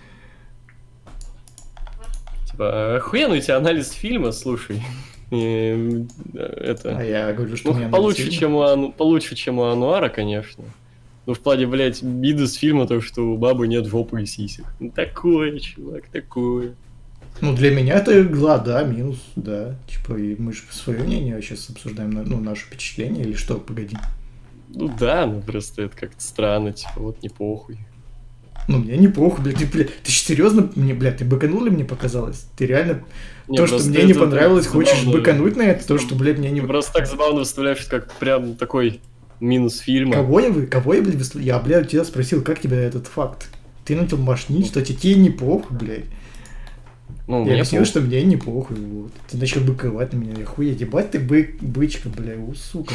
Типа, охуенный у тебя анализ фильма, слушай. Это... А я говорю, что Ну, мне получше, получше, чем у Ануара, конечно. Ну, в плане, блядь, минус фильма то, что у бабы нет жопы и сисек. Ну, такое, чувак, такое. Ну, для меня это да, минус, да. Типа, и мы же свое мнение сейчас обсуждаем, ну, наше впечатление или что, погоди. Ну да, ну просто это как-то странно, типа, вот не похуй. Ну, мне не похуй, блядь, ты серьезно мне, блядь, ты быканул ли мне показалось? Ты реально Не, то, что просто мне не это понравилось, так хочешь забавно. быкануть на это, то, что, блядь, мне не... Ты просто так забавно выставляешь, как прям такой минус фильма. Кого я, блядь, я, блядь, тебя спросил, как тебе этот факт? Ты начал мошнить, что тебе не похуй, блядь. Ну, Я мне объяснил, похуй. что мне не похуй, вот. Ты начал быковать на меня, охуеть, ебать ты бычка, бля, сука.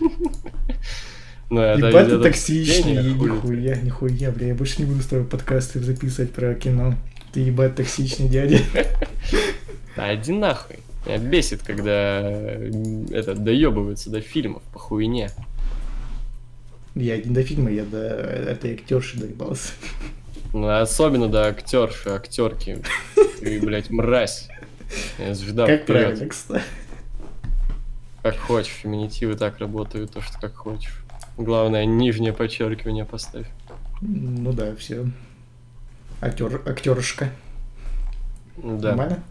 Ну, это- Ебать ты это токсичный, впечатление, хули ты. нихуя, бля, я больше не буду с тобой подкасты записывать про кино. Ты ебать токсичный дядя. Да иди нахуй. Меня бесит, когда это доебывается до фильмов по хуйне. Я не до фильма, я до этой актерши доебался. Ну, особенно до актерши, актерки. Ты, блядь, мразь. Звезда Как вперед. правильно, кстати. Как хочешь, феминитивы так работают, то, что как хочешь. Главное, нижнее подчеркивание поставь. Ну да, все. Актершка. Да, Нормально?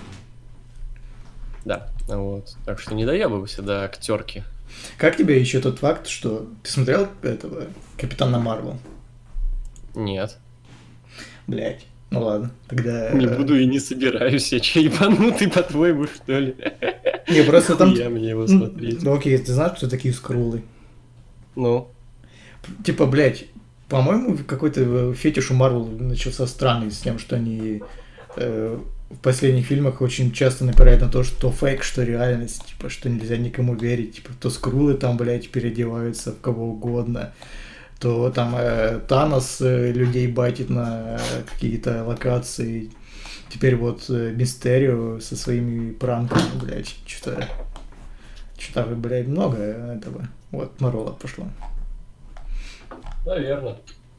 да, вот. Так что не доебывайся до актерки. Как тебе еще тот факт, что ты смотрел этого Капитана Марвел? Нет. Блять. Ну ладно, тогда... Не буду и не собираюсь. Я че, ебанутый, по-твоему, что ли? Не, просто там... Хуя мне его смотреть. Ну окей, ты знаешь, кто такие скрулы? Ну, Типа, блядь, по-моему, какой-то фетиш у Марвел начался странный с тем, что они в последних фильмах очень часто напирают на то, что фейк, что реальность, типа, что нельзя никому верить, типа, то скрулы там, блядь, переодеваются в кого угодно, то там Танос людей байтит на какие-то локации, теперь вот Мистерио со своими пранками, блядь, что-то, блядь, много этого. Вот, Марола пошло. наверное.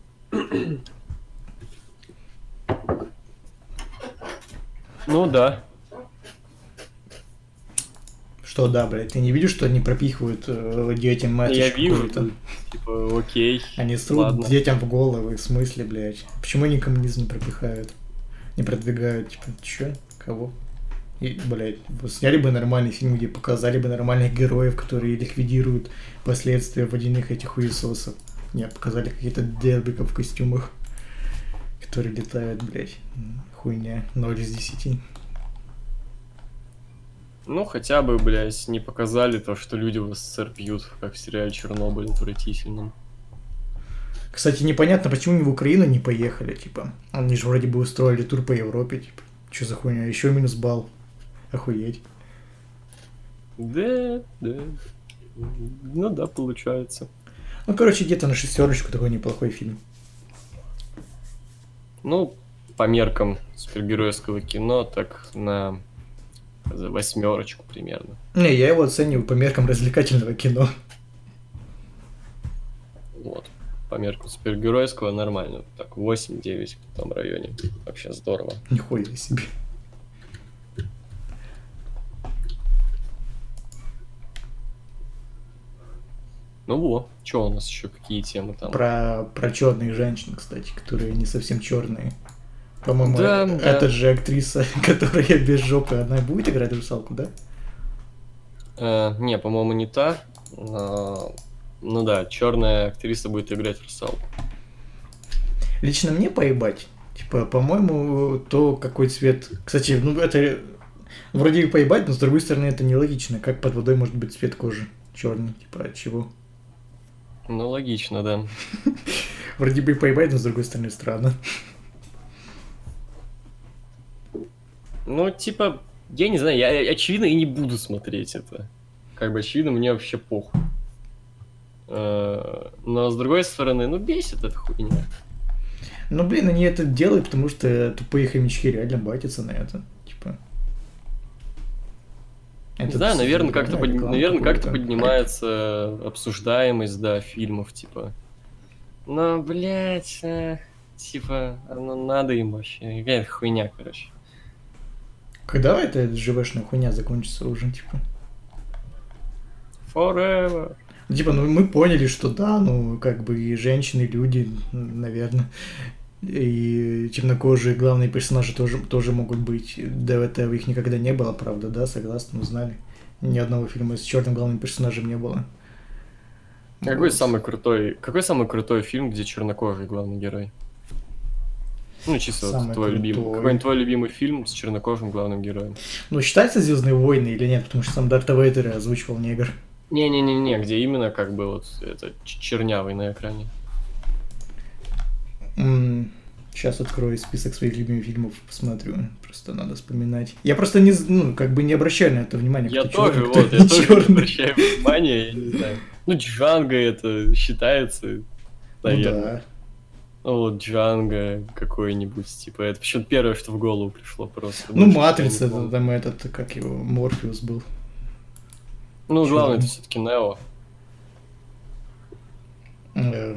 Ну да. Что, да, блядь, ты не видишь, что они пропихивают детям матч Я вижу, какую-то? типа, окей. Они срут ладно. детям в головы, в смысле, блядь? Почему они коммунизм не пропихают? Не продвигают, типа, чё? Кого? И, блядь, вот сняли бы нормальный фильм, где показали бы нормальных героев, которые ликвидируют последствия водяных этих хуесосов. Нет, показали какие-то дербиков в костюмах, которые летают, блядь. Хуйня, 0 из 10. Ну, хотя бы, блядь, не показали то, что люди в СССР пьют, как в сериале «Чернобыль» отвратительном. Кстати, непонятно, почему они в Украину не поехали, типа. Они же вроде бы устроили тур по Европе, типа. Чё за хуйня? Еще минус балл. Охуеть. Да, да. Ну да, получается. Ну, короче, где-то на 6 такой неплохой фильм. Ну, по меркам супергеройского кино, так на 8 примерно. Не, я его оцениваю по меркам развлекательного кино. Вот. По меркам супергеройского нормально. Так, 8-9 в том районе. Вообще здорово. Нихуя себе. Ну вот, что у нас еще, какие темы там? Про черных женщин, кстати, которые не совсем черные. По-моему, Да, это да. же актриса, которая без жопы, она будет играть русалку, да? Не, по-моему, не та. Ну да, черная актриса будет играть русалку. Лично мне поебать. Типа, по-моему, то, какой цвет... Кстати, ну это... Вроде и поебать, но с другой стороны это нелогично. Как под водой может быть цвет кожи черный? Типа, от чего? Ну, логично, да. Вроде бы и поебать, но с другой стороны странно. Ну, типа, я не знаю, я очевидно и не буду смотреть это. как бы очевидно, мне вообще похуй. Но с другой стороны, ну бесит эта хуйня. Ну, блин, они это делают, потому что тупые хомячки реально батятся на это. Типа. Это Да, наверное, как-то реклама какой-то. поднимается обсуждаемость, да, фильмов, типа. Но, блядь, типа, ну надо им вообще. Какая-то хуйня, короче. Когда эта ЖВшная хуйня закончится уже, типа? Forever. Ну, типа, ну мы поняли, что да, ну, как бы и женщины, и люди, наверное, и темнокожие главные персонажи тоже могут быть. До этого их никогда не было, правда, да, согласны, мы знали. Ни одного фильма с черным главным персонажем не было. Какой Вот. самый крутой фильм, где чернокожий главный герой? Ну, чисто вот Самый твой любимый. крутой. Какой-нибудь твой любимый фильм с чернокожим главным героем? Ну, считается «Звездные войны» или нет? Потому что сам Дарта Вейдера озвучивал негр. Не-не-не-не, где именно как бы вот это чернявый на экране. Сейчас открою список своих любимых фильмов, посмотрю. Просто надо вспоминать. Я просто не, ну, как бы не обращаю на это внимания. Я кто тоже, чёрный, кто вот, я не тоже чёрный. обращаю внимание, я не знаю. Ну, Джанго это считается, Ну наверное. да. Ну, вот Джанго какой-нибудь, типа, это почему-то первое, что в голову пришло просто. Ну, Больше «Матрица», ничего не помню. там этот, как его, Морфеус был. Ну, главное, чёрный. это все-таки Нео. Э,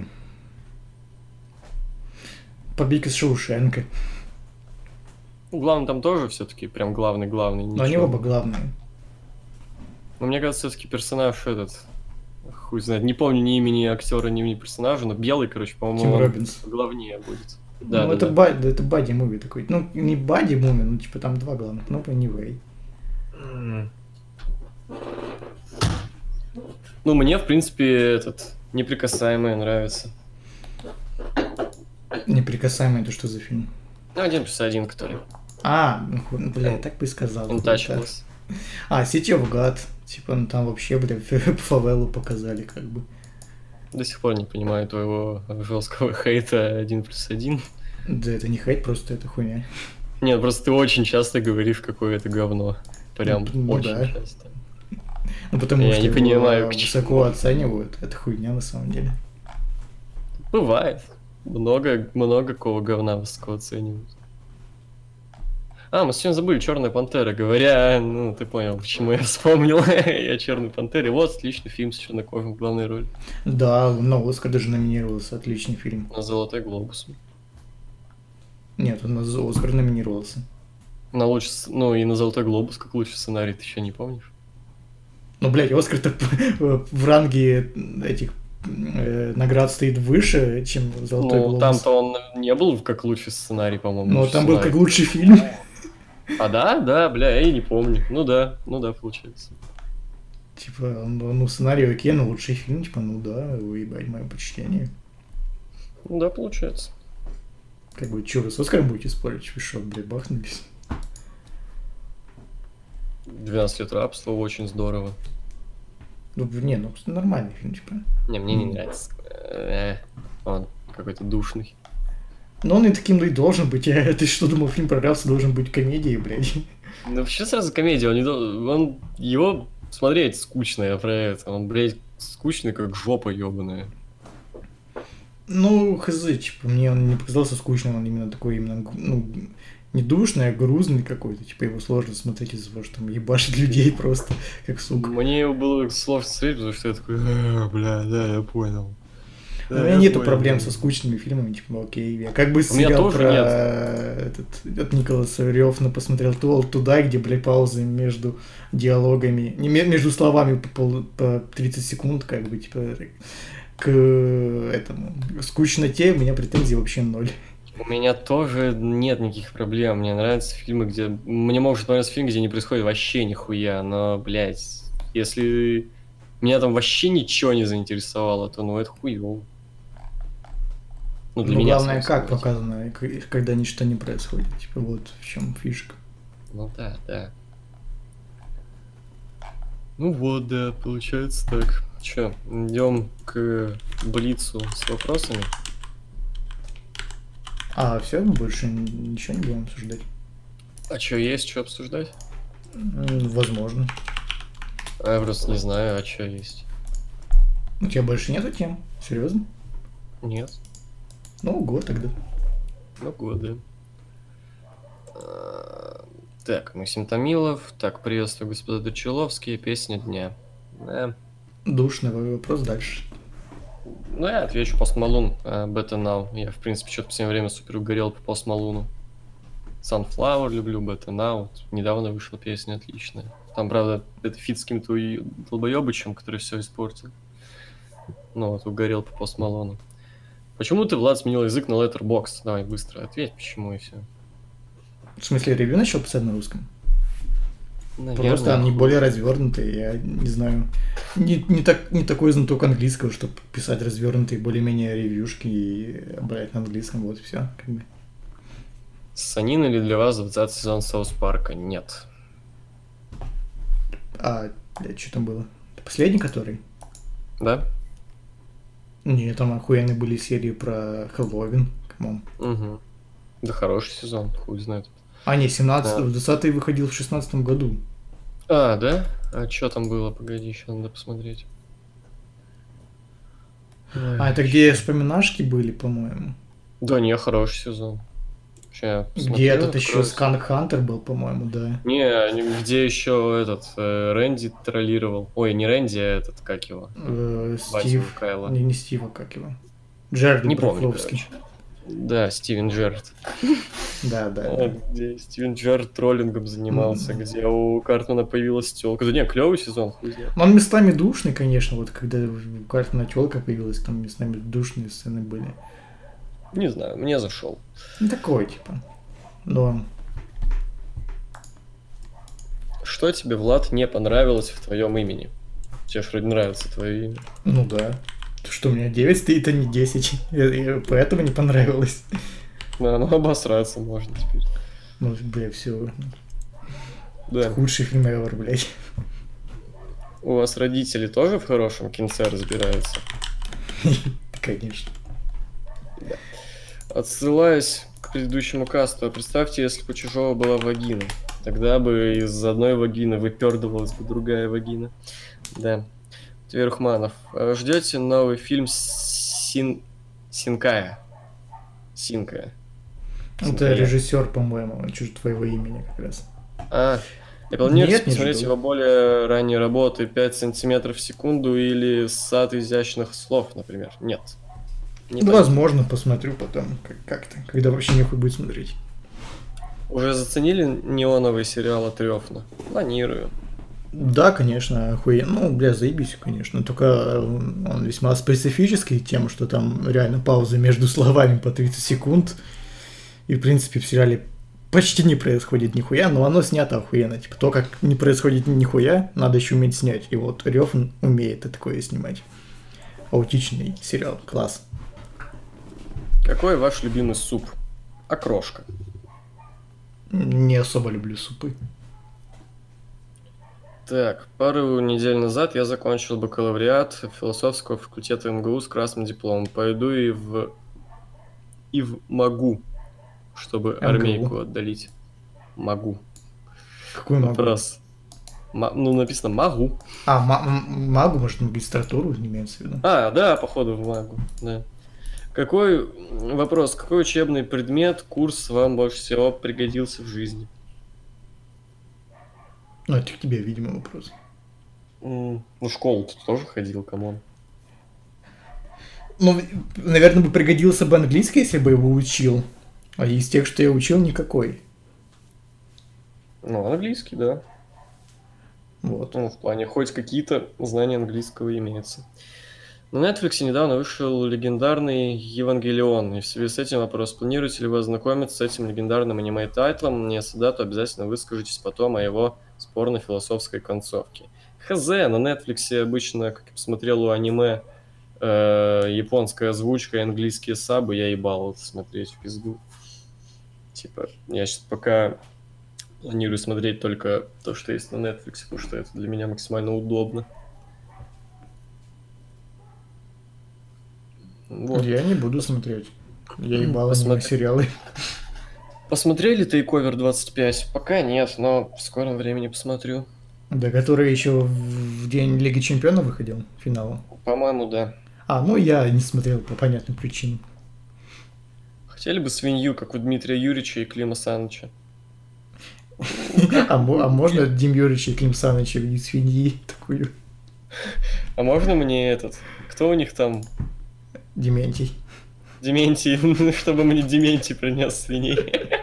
«Побег из Шоушенка». Ну, главное, там тоже все-таки прям главный. Но они оба главные. Но мне кажется, все-таки персонаж этот, хуй знает, не помню ни имени актера, ни имени персонажа, но белый, короче, Тим по-моему, он Роббинс. главнее будет. Ну, Да, это, да. это бади-муви такой. Ну, не бади-муви, ну, типа, там два главных. Ну, anyway. Ну, мне, в принципе, этот «Неприкасаемый» нравится. «Неприкасаемый» — это что за фильм? Ну, 1+1, который. Ну, бля, я так бы и сказал. Untouchables. City of God. Типа, ну там вообще, бля, фавелу показали, как бы. До сих пор не понимаю твоего жесткого хейта 1+1. Да это не хейт, просто это хуйня. Нет, просто ты очень часто говоришь, какое это говно. Прям Ну, очень да. часто. Ну потому Я что не его понимаю, к чему. высоко оценивают. Это хуйня на самом деле. Бывает. Много кого говна высоко оценивают. Мы совсем забыли «Черная пантера». Говоря, ну, ты понял, почему я вспомнил о «Черной пантере». Вот, отличный фильм с чернокожим в главной роли. Да, на Оскар даже номинировался. Отличный фильм. На «Золотой глобус». Нет, он на Оскар номинировался. На лучший, ну, и на «Золотой глобус» как лучший сценарий, ты еще не помнишь? Ну, блядь, Оскар-то в ранге этих наград стоит выше, чем «Золотой глобус». Ну, там-то он не был как лучший сценарий, по-моему. Ну, лучший там был сценарий. как лучший фильм. А да? Да, бля, я и не помню. Ну да, получается. Типа, ну, сценарий окей, но лучший фильм, типа, ну да, уебать, мое почтение. Ну да, получается. Как бы, что, вы с Оскаром будете спорить? Вы что, блядь, бахнулись? 12 лет рабства, очень здорово. Ну, не, ну, нормальный фильм, типа. Не, мне не нравится. Он какой-то душный. Но он и таким и должен быть. Ты что, думал, фильм про рабство должен быть комедией, блядь? Ну, вообще сразу комедия, его смотреть скучно, я про это. Он, блядь, скучный, как жопа ебаная. Ну, хз, типа, мне он не показался скучным, он именно такой, ну, не душный, а грузный какой-то. Типа, его сложно смотреть из-за того, что там ебашит людей просто, как сука. Мне его было сложно смотреть, потому что я такой, бля, да, я понял. У меня нету проблем со скучными фильмами, типа, окей. Я как бы сериал тоже про нет. от Николаса Рёфна посмотрел туда, где, блядь, паузы между диалогами, не между словами по 30 секунд, как бы, типа, к этому скучноте у меня претензий вообще ноль. У меня тоже нет никаких проблем. Мне нравятся фильмы, где... Мне может понравиться фильм, где не происходит вообще нихуя, но, блядь, если меня там вообще ничего не заинтересовало, то, ну, это хуёво. Ну, для меня, главное, как собственно, показано, когда ничто не происходит. Типа, вот в чем фишка. Ну, да. Ну вот, да, получается так. Чё, идем к Блицу с вопросами? Все, мы больше ничего не будем обсуждать. А чё, есть что обсуждать? Возможно. Я просто не знаю, а что есть. У тебя больше нету тем? Серьезно? Нет. Ну, год тогда. Ну, годы. Так, Максим Томилов. Так, приветствую, господа Дочеловские. Песня дня. Душный вопрос дальше. Ну, я отвечу Post Malone, Better Now. Я, в принципе, что-то в последнее время супер угорел по Post Malone. Sunflower люблю, Better Now. Вот недавно вышла песня отличная. Там, правда, это фит с каким-то долбоебычем, который все испортил. Ну, вот угорел по Post Malone. Почему ты, Влад, сменил язык на Letterboxd? Давай быстро ответь, почему и все. В смысле, ревью начал писать на русском? Наверное, Просто они более развернутые, я не знаю. Не такой знаток английского, чтобы писать развернутые более-менее ревьюшки и брать на английском, вот все. Как бы. Санина ли для вас 20 сезон Саус Парка? Нет. А, блядь, что там было? Это последний, который? Да? Не, там охуенные были серии про Хэллоуин, камон. Угу. Да хороший сезон, хуй знает. А, не, 17, Да. 20-й выходил в 16 году. А, да? А что там было? Погоди, еще надо посмотреть. А, это где вспоминашки были, по-моему. Да не, хороший сезон. Ща я Где этот посмотрю, еще открою. Сканк Хантер был, по-моему, да. Не, где еще этот Рэнди троллировал. Ой, не Рэнди, а этот, как его? Батя Стив. Микайла. Не Стива, как его. Джерард Не помню, Брафловский. короче. Да, Стивен Джерард. Да. Где Стивен Джерард троллингом занимался, где у Картмана появилась тёлка. Да не, клевый сезон, хуй знает. Но он местами душный, конечно, вот когда у Картина тёлка появилась, там местами душные сцены были. Не знаю, мне зашел. Ну, такой, типа. Но Что тебе, Влад, не понравилось в твоем имени? Тебе ж вроде нравится твое имя. ну да. Что, у меня 9 стоит, а не 10. И поэтому не понравилось. Да, ну обосраться можно теперь. Ну, бля, все. Да. Худший фильм ever, блядь. У вас родители тоже в хорошем кинце разбираются? Конечно. Отсылаясь к предыдущему касту, представьте, если бы у Чужого была вагина. Тогда бы из одной вагины выпердывалась бы другая вагина. Да. Тверхманов. Ждете новый фильм Синкая? Синкая. Это режиссер, по-моему, чуть твоего имени как раз. А, я планирую Нет, не посмотреть жду. его более ранние работы 5 сантиметров в секунду или сад изящных слов, например. Нет. Не Ну, пойду. возможно, посмотрю потом, как-то, когда вообще нехуй будет смотреть. Уже заценили неоновый сериал от Рёфна? Планирую. Да, конечно, охуенно. Ну, бля, заебись, конечно. Только он весьма специфический тем, что там реально паузы между словами по 30 секунд. И, в принципе, в сериале почти не происходит нихуя, но оно снято охуенно. Типа, то, как не происходит нихуя, надо еще уметь снять. И вот Рёфн умеет такое снимать. Аутичный сериал, класс. Какой ваш любимый суп? Окрошка. Не особо люблю супы. Так, пару недель назад я закончил бакалавриат философского факультета МГУ с красным дипломом. Пойду и в МАГУ, чтобы МГУ. армейку отдалить. МАГУ. Какой магу? Вопрос. Ну, написано МАГУ. А, магу, может, магистратуру имеется в виду? А, да, походу в МАГУ, да. Какой вопрос? Какой учебный предмет, курс вам больше всего пригодился в жизни? Ну, это к тебе, видимо, вопрос. Ну, в школу ты тоже ходил, камон. Ну, наверное, бы пригодился бы английский, если бы его учил. А из тех, что я учил, никакой. Ну, английский, да. Вот. Ну, в плане, хоть какие-то знания английского имеются. На Netflix недавно вышел легендарный Евангелион. И в связи с этим вопрос, планируете ли вы ознакомиться с этим легендарным аниме-тайтлом? Если да, то обязательно выскажитесь потом о его спорно-философской концовке. Хз, на Netflix обычно, как я посмотрел, у аниме японская озвучка и английские сабы, я ебал это смотреть в пизду. Типа, я сейчас пока планирую смотреть только то, что есть на Netflix, потому что это для меня максимально удобно. Вот. Я не буду смотреть. Я ебал Посмотри. сериалы. Посмотрели Takeover 25? Пока нет, но в скором времени посмотрю. Да, который еще в день Лиги Чемпионов выходил, финала. По-моему, да. Ну я не смотрел по понятным причинам. Хотели бы свинью, как у Дмитрия Юрьевича и Клима Саныча. А можно Дим Юрьевича и Клим Саныча и свиньи такую? А можно мне этот... Кто у них там? Дементий. Дементий. Чтобы мне Дементий принес свиней.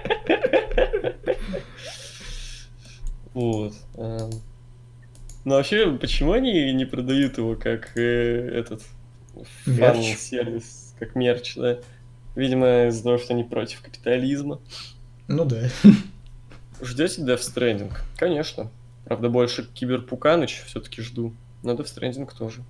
Вот. Ну вообще, почему они не продают его как этот фан-сервис, как мерч, да? Видимо, из-за того, что они против капитализма. Ну да. Ждете Death Stranding? Конечно. Правда, больше Киберпуканыч все-таки жду. Но Death Stranding тоже.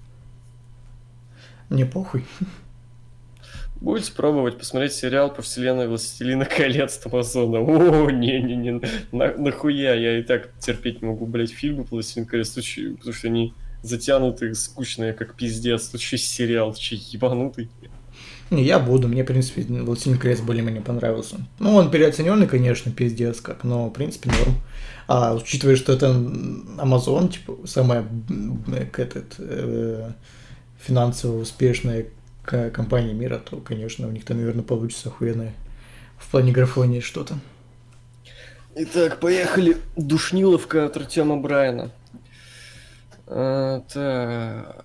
Мне похуй. Будете пробовать посмотреть сериал по вселенной Властелина колец Амазона? О, не-не-не, нахуя, я и так терпеть не могу, блять, фильмы по Властелину колец, потому что они затянутые, скучные, как пиздец, тут еще сериал, че ебанутый. Не, я буду, мне, в принципе, Властелин колец более-менее понравился. Ну, он переоцененный, конечно, пиздец как, но, в принципе, норм. А учитывая, что это Amazon, типа, самая финансово успешная компания мира, то, конечно, у них там, наверное, получится охуенное в плане графонии что-то. Итак, поехали. Душниловка от Артема Брайана. Так.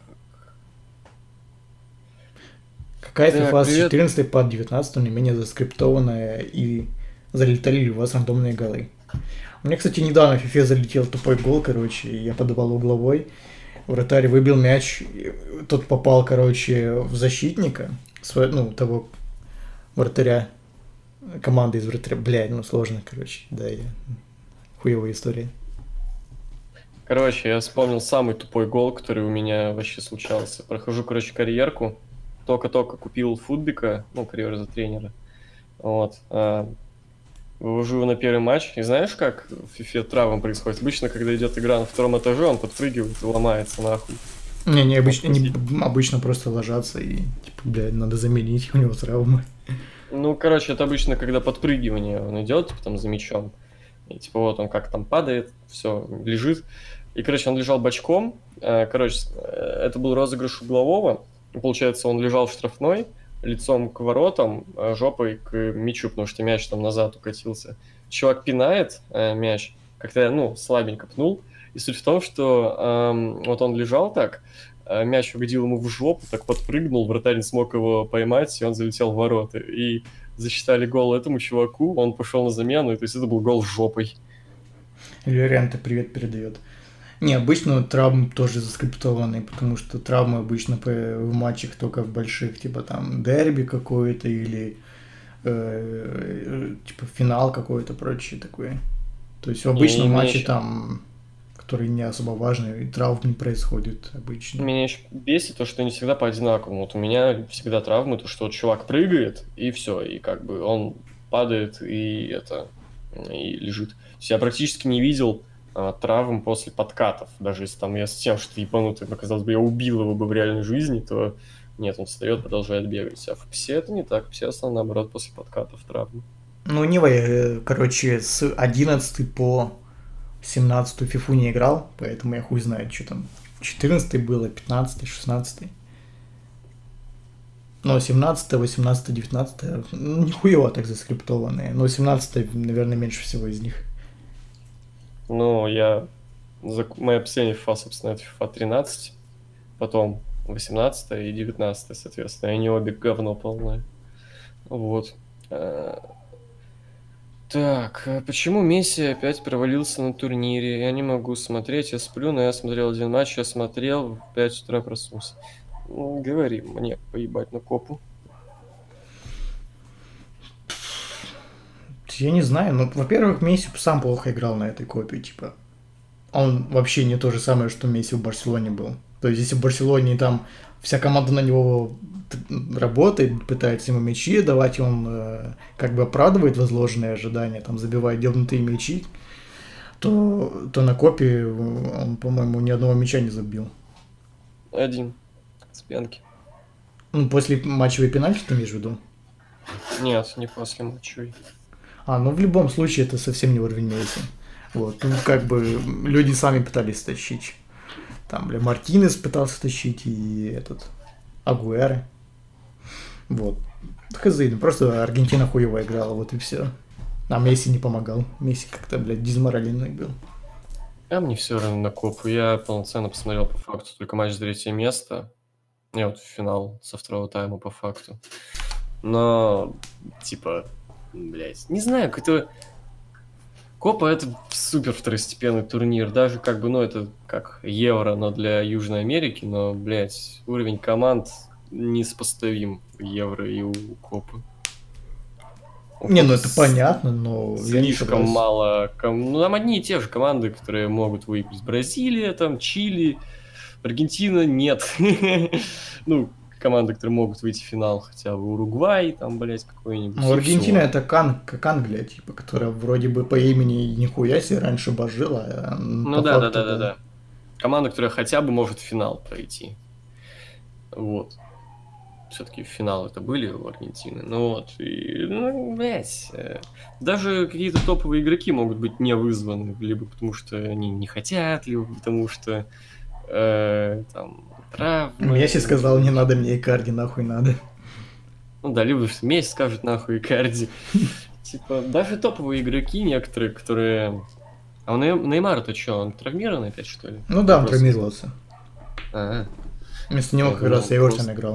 Какая FIFA с 14 по 19 не менее заскриптованная и залетали ли у вас рандомные голы? У меня, кстати, недавно в FIFA залетел тупой гол, короче, и я подавал угловой. Вратарь выбил мяч, тот попал, короче, в защитника, того вратаря, команды из вратаря. Блядь, сложно, короче, да, хуевая история. Короче, я вспомнил самый тупой гол, который у меня вообще случался. Прохожу, короче, карьерку, только-только купил футбика, карьеру за тренера, вот, вывожу его на первый матч, и знаешь, как в FIFA травмам происходит? Обычно, когда идет игра на втором этаже, он подпрыгивает и ломается нахуй. Не обычно просто ложатся и, типа, блядь, надо заменить, у него травмы. Ну, короче, это обычно, когда подпрыгивание он идет, типа, там, за мячом. И, типа, вот он как там падает, все, лежит. И, короче, он лежал бочком. Короче, это был розыгрыш углового. Получается, он лежал в штрафной, лицом к воротам, жопой к мячу, потому что мяч там назад укатился. Чувак пинает мяч, как-то, слабенько пнул. И суть в том, что вот он лежал так, мяч угодил ему в жопу, так подпрыгнул, вратарь не смог его поймать, и он залетел в ворота. И засчитали гол этому чуваку, он пошел на замену, и то есть это был гол жопой. Леорента привет передает. Не, обычно травмы тоже заскриптованные, потому что травмы обычно в матчах только в больших, типа там дерби какое-то или типа финал какой-то, прочее такое. То есть в обычном матче там, который не особо важный, травм не происходит обычно. Меня еще бесит то, что не всегда по одинаковому. Вот у меня всегда травмы, то что вот чувак прыгает, и все, и как бы он падает, и лежит. То есть я практически не видел травм после подкатов. Даже если там я с тем, что ебанутый, казалось бы, я убил его бы в реальной жизни, то нет, он встает, продолжает бегать. А в псе это не так. В псе основном, наоборот, после подкатов травмы. Ну, не, короче, с 11 по 17 фифу не играл, поэтому я хуй знает, что там. 14 было, 15, 16. Но 17, 18, 19 нихуево так заскриптованные. Но 17, наверное, меньше всего из них. Ну, моя последняя FIFA, собственно, это FIFA 13, потом 18 и 19, соответственно, они обе говно полное. Вот. Так, почему Месси опять провалился на турнире? Я не могу смотреть, я сплю, но я смотрел один матч, я смотрел, в 5 утра проснулся. Говори мне, поебать на копу. Я не знаю, во-первых, Месси сам плохо играл на этой копии, типа. Он вообще не то же самое, что Месси в Барселоне был. То есть, если в Барселоне там вся команда на него работает, пытается ему мячи давать, и он как бы оправдывает возложенные ожидания, там забивает дёбнутые мячи, то на копии он, по-моему, ни одного мяча не забил. Один. С пенки. После матчевой пенальти ты имеешь в виду? Нет, не после матчевой. В любом случае это совсем не уровень Месси. Вот, ну, как бы, люди сами пытались тащить. Там, бля, Мартинес пытался тащить, и этот, Агуэро. Вот. Хз, ну просто Аргентина хуево играла, вот и все. А Месси не помогал. Месси как-то, блядь, дезморализованный был. А мне все равно на копу. Я полноценно посмотрел по факту только матч за 3 место. И вот финал со второго тайма по факту. Но, типа, блядь, не знаю, какой-то... Копа это супер второстепенный турнир. Даже как бы, ну, это как Евро, но для Южной Америки. Но, блядь, уровень команд несопоставим у Евро и у Копы. Не, ну это понятно, но я не Слишком согласен. мало... Ну, там одни и те же команды, которые могут выиграть. Бразилия, там, Чили, Аргентина нет. Ну, команды, которые могут выйти в финал, хотя бы Уругвай, там, блядь, какой-нибудь. Ну, Аргентина это как Англия, типа, которая вроде бы по имени нихуя себе раньше божила. А Ну по да, факту, да, да, да, да. Команда, которая хотя бы может в финал пройти. Вот. Все-таки в финал это были у Аргентины. Ну вот. И, ну, блядь. Даже какие-то топовые игроки могут быть не вызваны. Либо потому что они не хотят, либо потому что там травмы. Месси сказал, не надо мне Икарди, нахуй надо. Ну да, либо что Месси скажет нахуй Икарди. Типа, даже топовые игроки некоторые, которые... А у Неймара-то что, он травмирован опять, что ли? Ну да, он Просто- травмировался. А, Вместо него Я как раз думал, Эвертон просто- играл.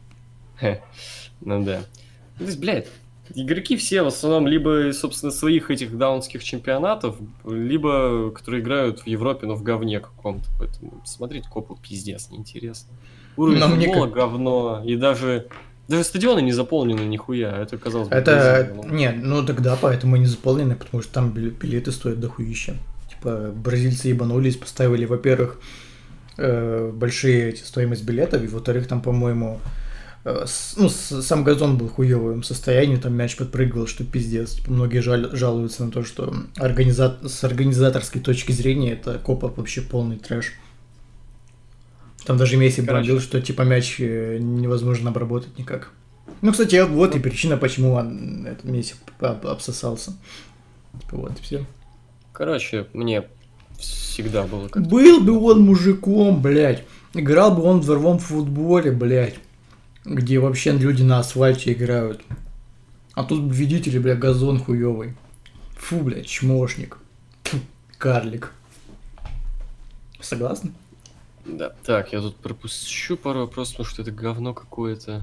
ну да. То есть, блядь, игроки все в основном либо, собственно, своих этих даунских чемпионатов, либо которые играют в Европе, но в говне каком-то. Поэтому смотреть Копу пиздец, неинтересно. Уровень Но мне футбола как- говно, и даже стадионы не заполнены нихуя. Это, казалось бы, Это, Бразилия, ну. нет, ну тогда поэтому и не заполнены, потому что там билеты стоят дохуища. Типа, бразильцы ебанулись, поставили, во-первых, большие эти стоимость билетов, и во-вторых, там, по-моему, сам газон был в хуевом состоянии, там мяч подпрыгивал, что пиздец. Типа, многие жалуются на то, что с организаторской точки зрения это Копа вообще полный трэш. Там даже Месси Короче. бомбил, что типа мяч невозможно обработать никак. Ну, кстати, вот и причина, почему этот Месси обсосался. Типа, вот и все. Короче, мне всегда было как-то... Был бы он мужиком, блядь. Играл бы он в дворовом футболе, блядь. Где вообще люди на асфальте играют. А тут, видите ли, блядь, газон хуёвый. Фу, блядь, чмошник. Фу, карлик. Согласны? Да. Так, я тут пропущу пару вопросов, потому что это говно какое-то.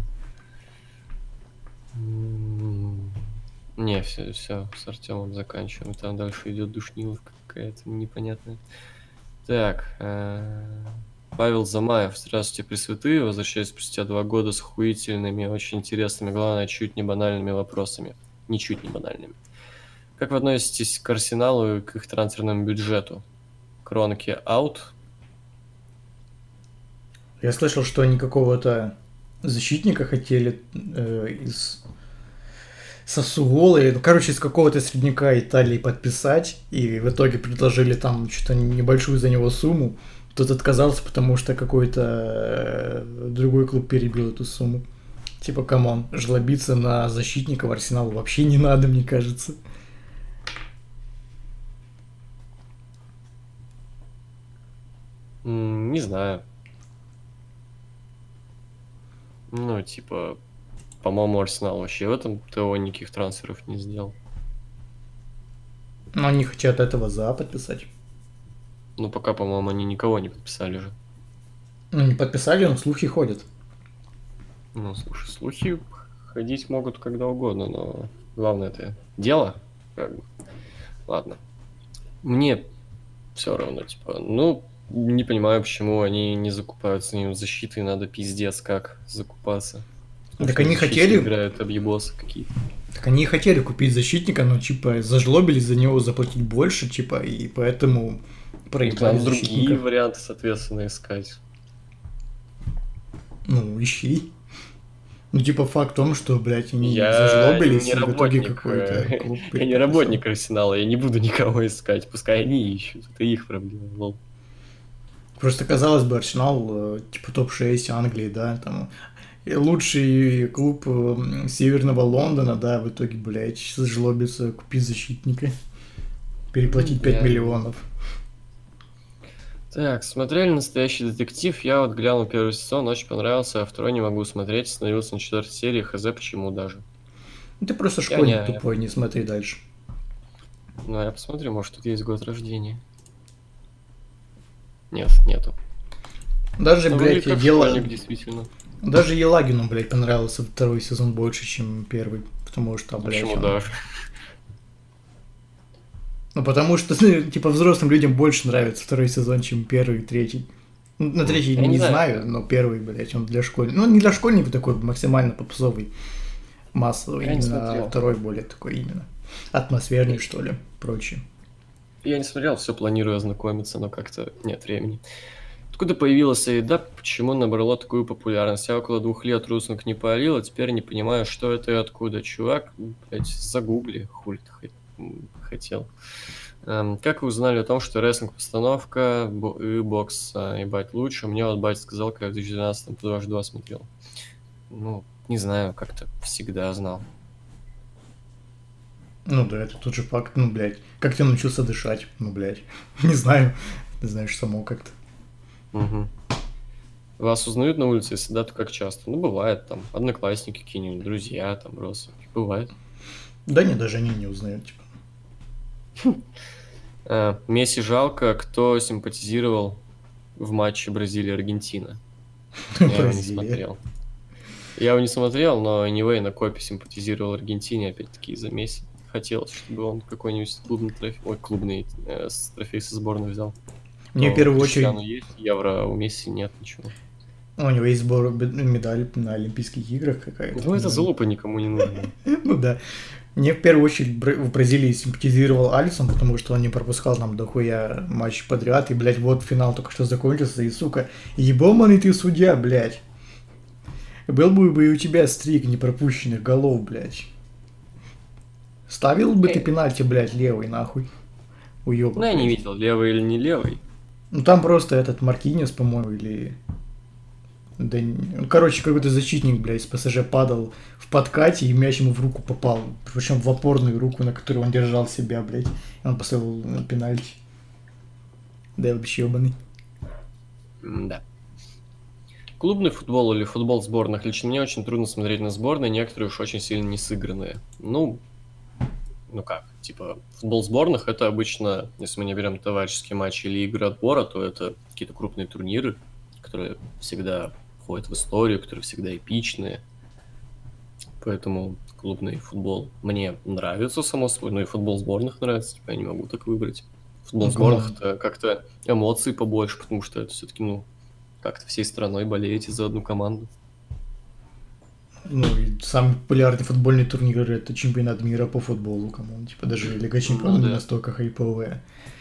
Не, все, с Артемом заканчиваем. Там дальше идет душниловка какая-то непонятная. Так, Павел Замаев. Здравствуйте, Пресвятые. Возвращаюсь спустя 2 года с охуительными, очень интересными, главное, чуть не банальными вопросами. Ничуть не банальными. Как вы относитесь к Арсеналу и к их трансферному бюджету? Кронки аут? Я слышал, что они какого-то защитника хотели из Сассуолы, ну, короче, из какого-то средняка Италии подписать, и в итоге предложили там что-то небольшую за него сумму. Тот отказался, потому что какой-то другой клуб перебил эту сумму. Типа, камон, жлобиться на защитника в Арсеналу вообще не надо, мне кажется. Не знаю. Ну, типа, по-моему, Арсенал вообще в этом ТО никаких трансферов не сделал. Но они хотят этого за подписать. Ну, пока, по-моему, они никого не подписали же. Ну, не подписали, но слухи ходят. Ну, слушай, слухи ходить могут когда угодно, но главное это дело, как бы. Ладно. Мне все равно, типа, ну, не понимаю, почему они не закупают с ним защиты, надо пиздец как закупаться. Потому Так что они защиты хотели- играют объебосы какие-то. Так они и хотели купить защитника, но типа зажлобились за него заплатить больше, типа, и поэтому проебали Там другие защитника. варианты, соответственно, искать. Ну, ищи. Ну, типа, факт в том, что, блядь, они Я зажлобились, не и в итоге работник, какой-то клуб Я не переподписал. работник Арсенала, я не буду никого искать, пускай они ищут, это их проблема, лол. Просто, казалось бы, Арсенал, типа, топ-6 Англии, да, там, и лучший клуб Северного Лондона, да, в итоге, блядь, зажлобится купить защитника. переплатить 5 Я- миллионов. Так, смотрели «Настоящий детектив». Я вот глянул первый сезон, очень понравился, а второй не могу смотреть. Остановился на 4 серии, хз, почему даже. Ну, ты просто Я школьник не- тупой, не смотри дальше. Ну, я посмотрю, может, тут есть год рождения. Нет, нету. Даже, Ну, блядь, выглядит как школьник, действительно. даже Елагину, блядь, понравился второй сезон больше, чем первый. Потому что, блядь, Почему он- даже? Ну, потому что, ну, типа, взрослым людям больше нравится второй сезон, чем первый и третий. Ну, на третий Я не не знаю, но первый, блядь, он для школьников. Ну, не для школьников такой максимально попсовый, массовый. Я не Именно смотрел. второй более такой именно атмосферный, что ли, прочее. Я не смотрел, все планирую ознакомиться, но как-то нет времени. Откуда появилась еда, почему набрало такую популярность? Я около 2 лет русинг не палил, а теперь не понимаю, что это и откуда. Чувак, блядь, загугли, хуй ты хотел. Как вы узнали о том, что рестлинг-постановка и бокс, ебать, лучше? Мне вот батя сказал, когда в 2012-м по 2 смотрел. Ну, не знаю, как-то всегда знал. Ну да, это тот же факт, ну, блядь. Как ты научился дышать? Ну, блядь. Не знаю. Ты знаешь само как-то. Мгм. Вас узнают на улице, если да, то как часто? Ну, бывает, там, одноклассники какие-нибудь, друзья, там, родственники, бывает. Да не, даже они не узнают, типа. Месси жалко, кто симпатизировал в матче Бразилия-Аргентина. Я его не Бразилия. смотрел. Я его не смотрел, но anyway, на копе симпатизировал Аргентине, опять-таки, из-за Месси. Хотелось, чтобы он какой-нибудь клубный трофей, трофей со сборной взял. Мне в Но первую у Криштиану очередь... есть евро, а у Месси нет ничего. У него есть медаль на Олимпийских играх какая-то. Ну, это залупа никому не нужна. Ну да. Мне в первую очередь в Бразилии симпатизировал Алисон, потому что он не пропускал там дохуя матч подряд, и, блядь, вот финал только что закончился, и, сука, ебоманый ты судья, блядь. Был бы и у тебя стрик непропущенных голов, блядь. Ставил бы ты пенальти, блядь, левый, нахуй. Уёбок. Ну, я не блядь. видел, левый или не левый. Ну там просто этот Маркинес, по-моему, или... Да, ну, короче, какой-то защитник, блядь, с ПСЖ падал в подкате, и мяч ему в руку попал. Причем в опорную руку, на которой он держал себя, блядь. И он поставил пенальти. Да, я вообще ебаный. Да. Клубный футбол или футбол сборных? Лично мне очень трудно смотреть на сборные, некоторые уж очень сильно не сыгранные. Ну как, типа, футбол сборных это обычно, если мы не берем товарищеские матчи или игры отбора, то это какие-то крупные турниры, которые всегда входят в историю, которые всегда эпичные. Поэтому клубный футбол мне нравится, само собой, но и футбол сборных нравится, типа, я не могу так выбрать. Футбол Ну, сборных это как-то эмоций побольше, потому что это все-таки, ну, как-то всей страной болеете за одну команду. Ну, и самый популярный футбольный турнир это чемпионат мира по футболу, кому типа даже Лига Чемпионов да. не настолько хайповая.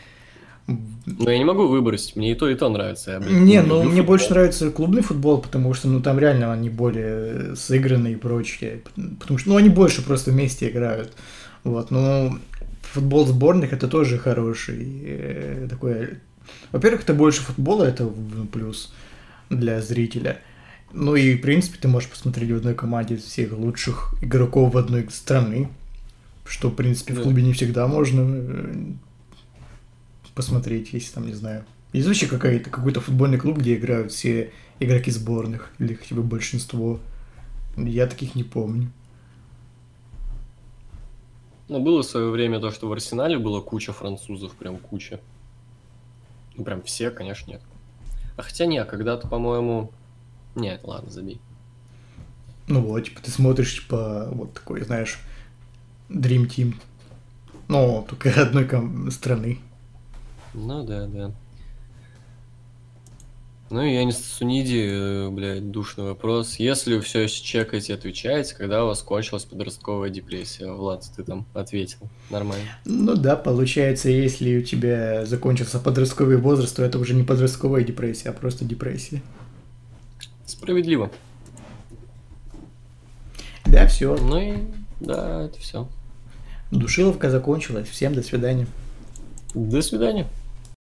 Но я не могу выбрать, мне и то нравится. Я, блядь, Не, люблю ну мне футбол. больше нравится клубный футбол, потому что, ну, там реально они более сыгранные и прочее. Потому что, ну, они больше просто вместе играют. Вот, но футбол сборных это тоже хороший такой... Во-первых, это больше футбола, это плюс для зрителя. Ну и, в принципе, ты можешь посмотреть в одной команде всех лучших игроков в одной страны, что, в принципе, в Да. клубе не всегда можно посмотреть, если там, не знаю. Есть вообще какой-то футбольный клуб, где играют все игроки сборных, или хотя бы большинство. Я таких не помню. Ну, было в свое время то, что в Арсенале было куча французов, прям куча. Ну, прям все, конечно, нет. А хотя не, когда-то, по-моему... Нет, ладно, забей. Ну вот, типа, ты смотришь, типа, вот такой, знаешь, Dream Team. Ну, только одной страны. Ну, да. Ну, и Янис Суниди, блядь, душный вопрос. Если вы все еще чекаете, отвечаете, когда у вас кончилась подростковая депрессия? Влад, ты там ответил. Нормально. Ну да, получается, если у тебя закончился подростковый возраст, то это уже не подростковая депрессия, а просто депрессия. Справедливо. Да, все. Ну и да, это все. Душиловка закончилась. Всем до свидания. До свидания.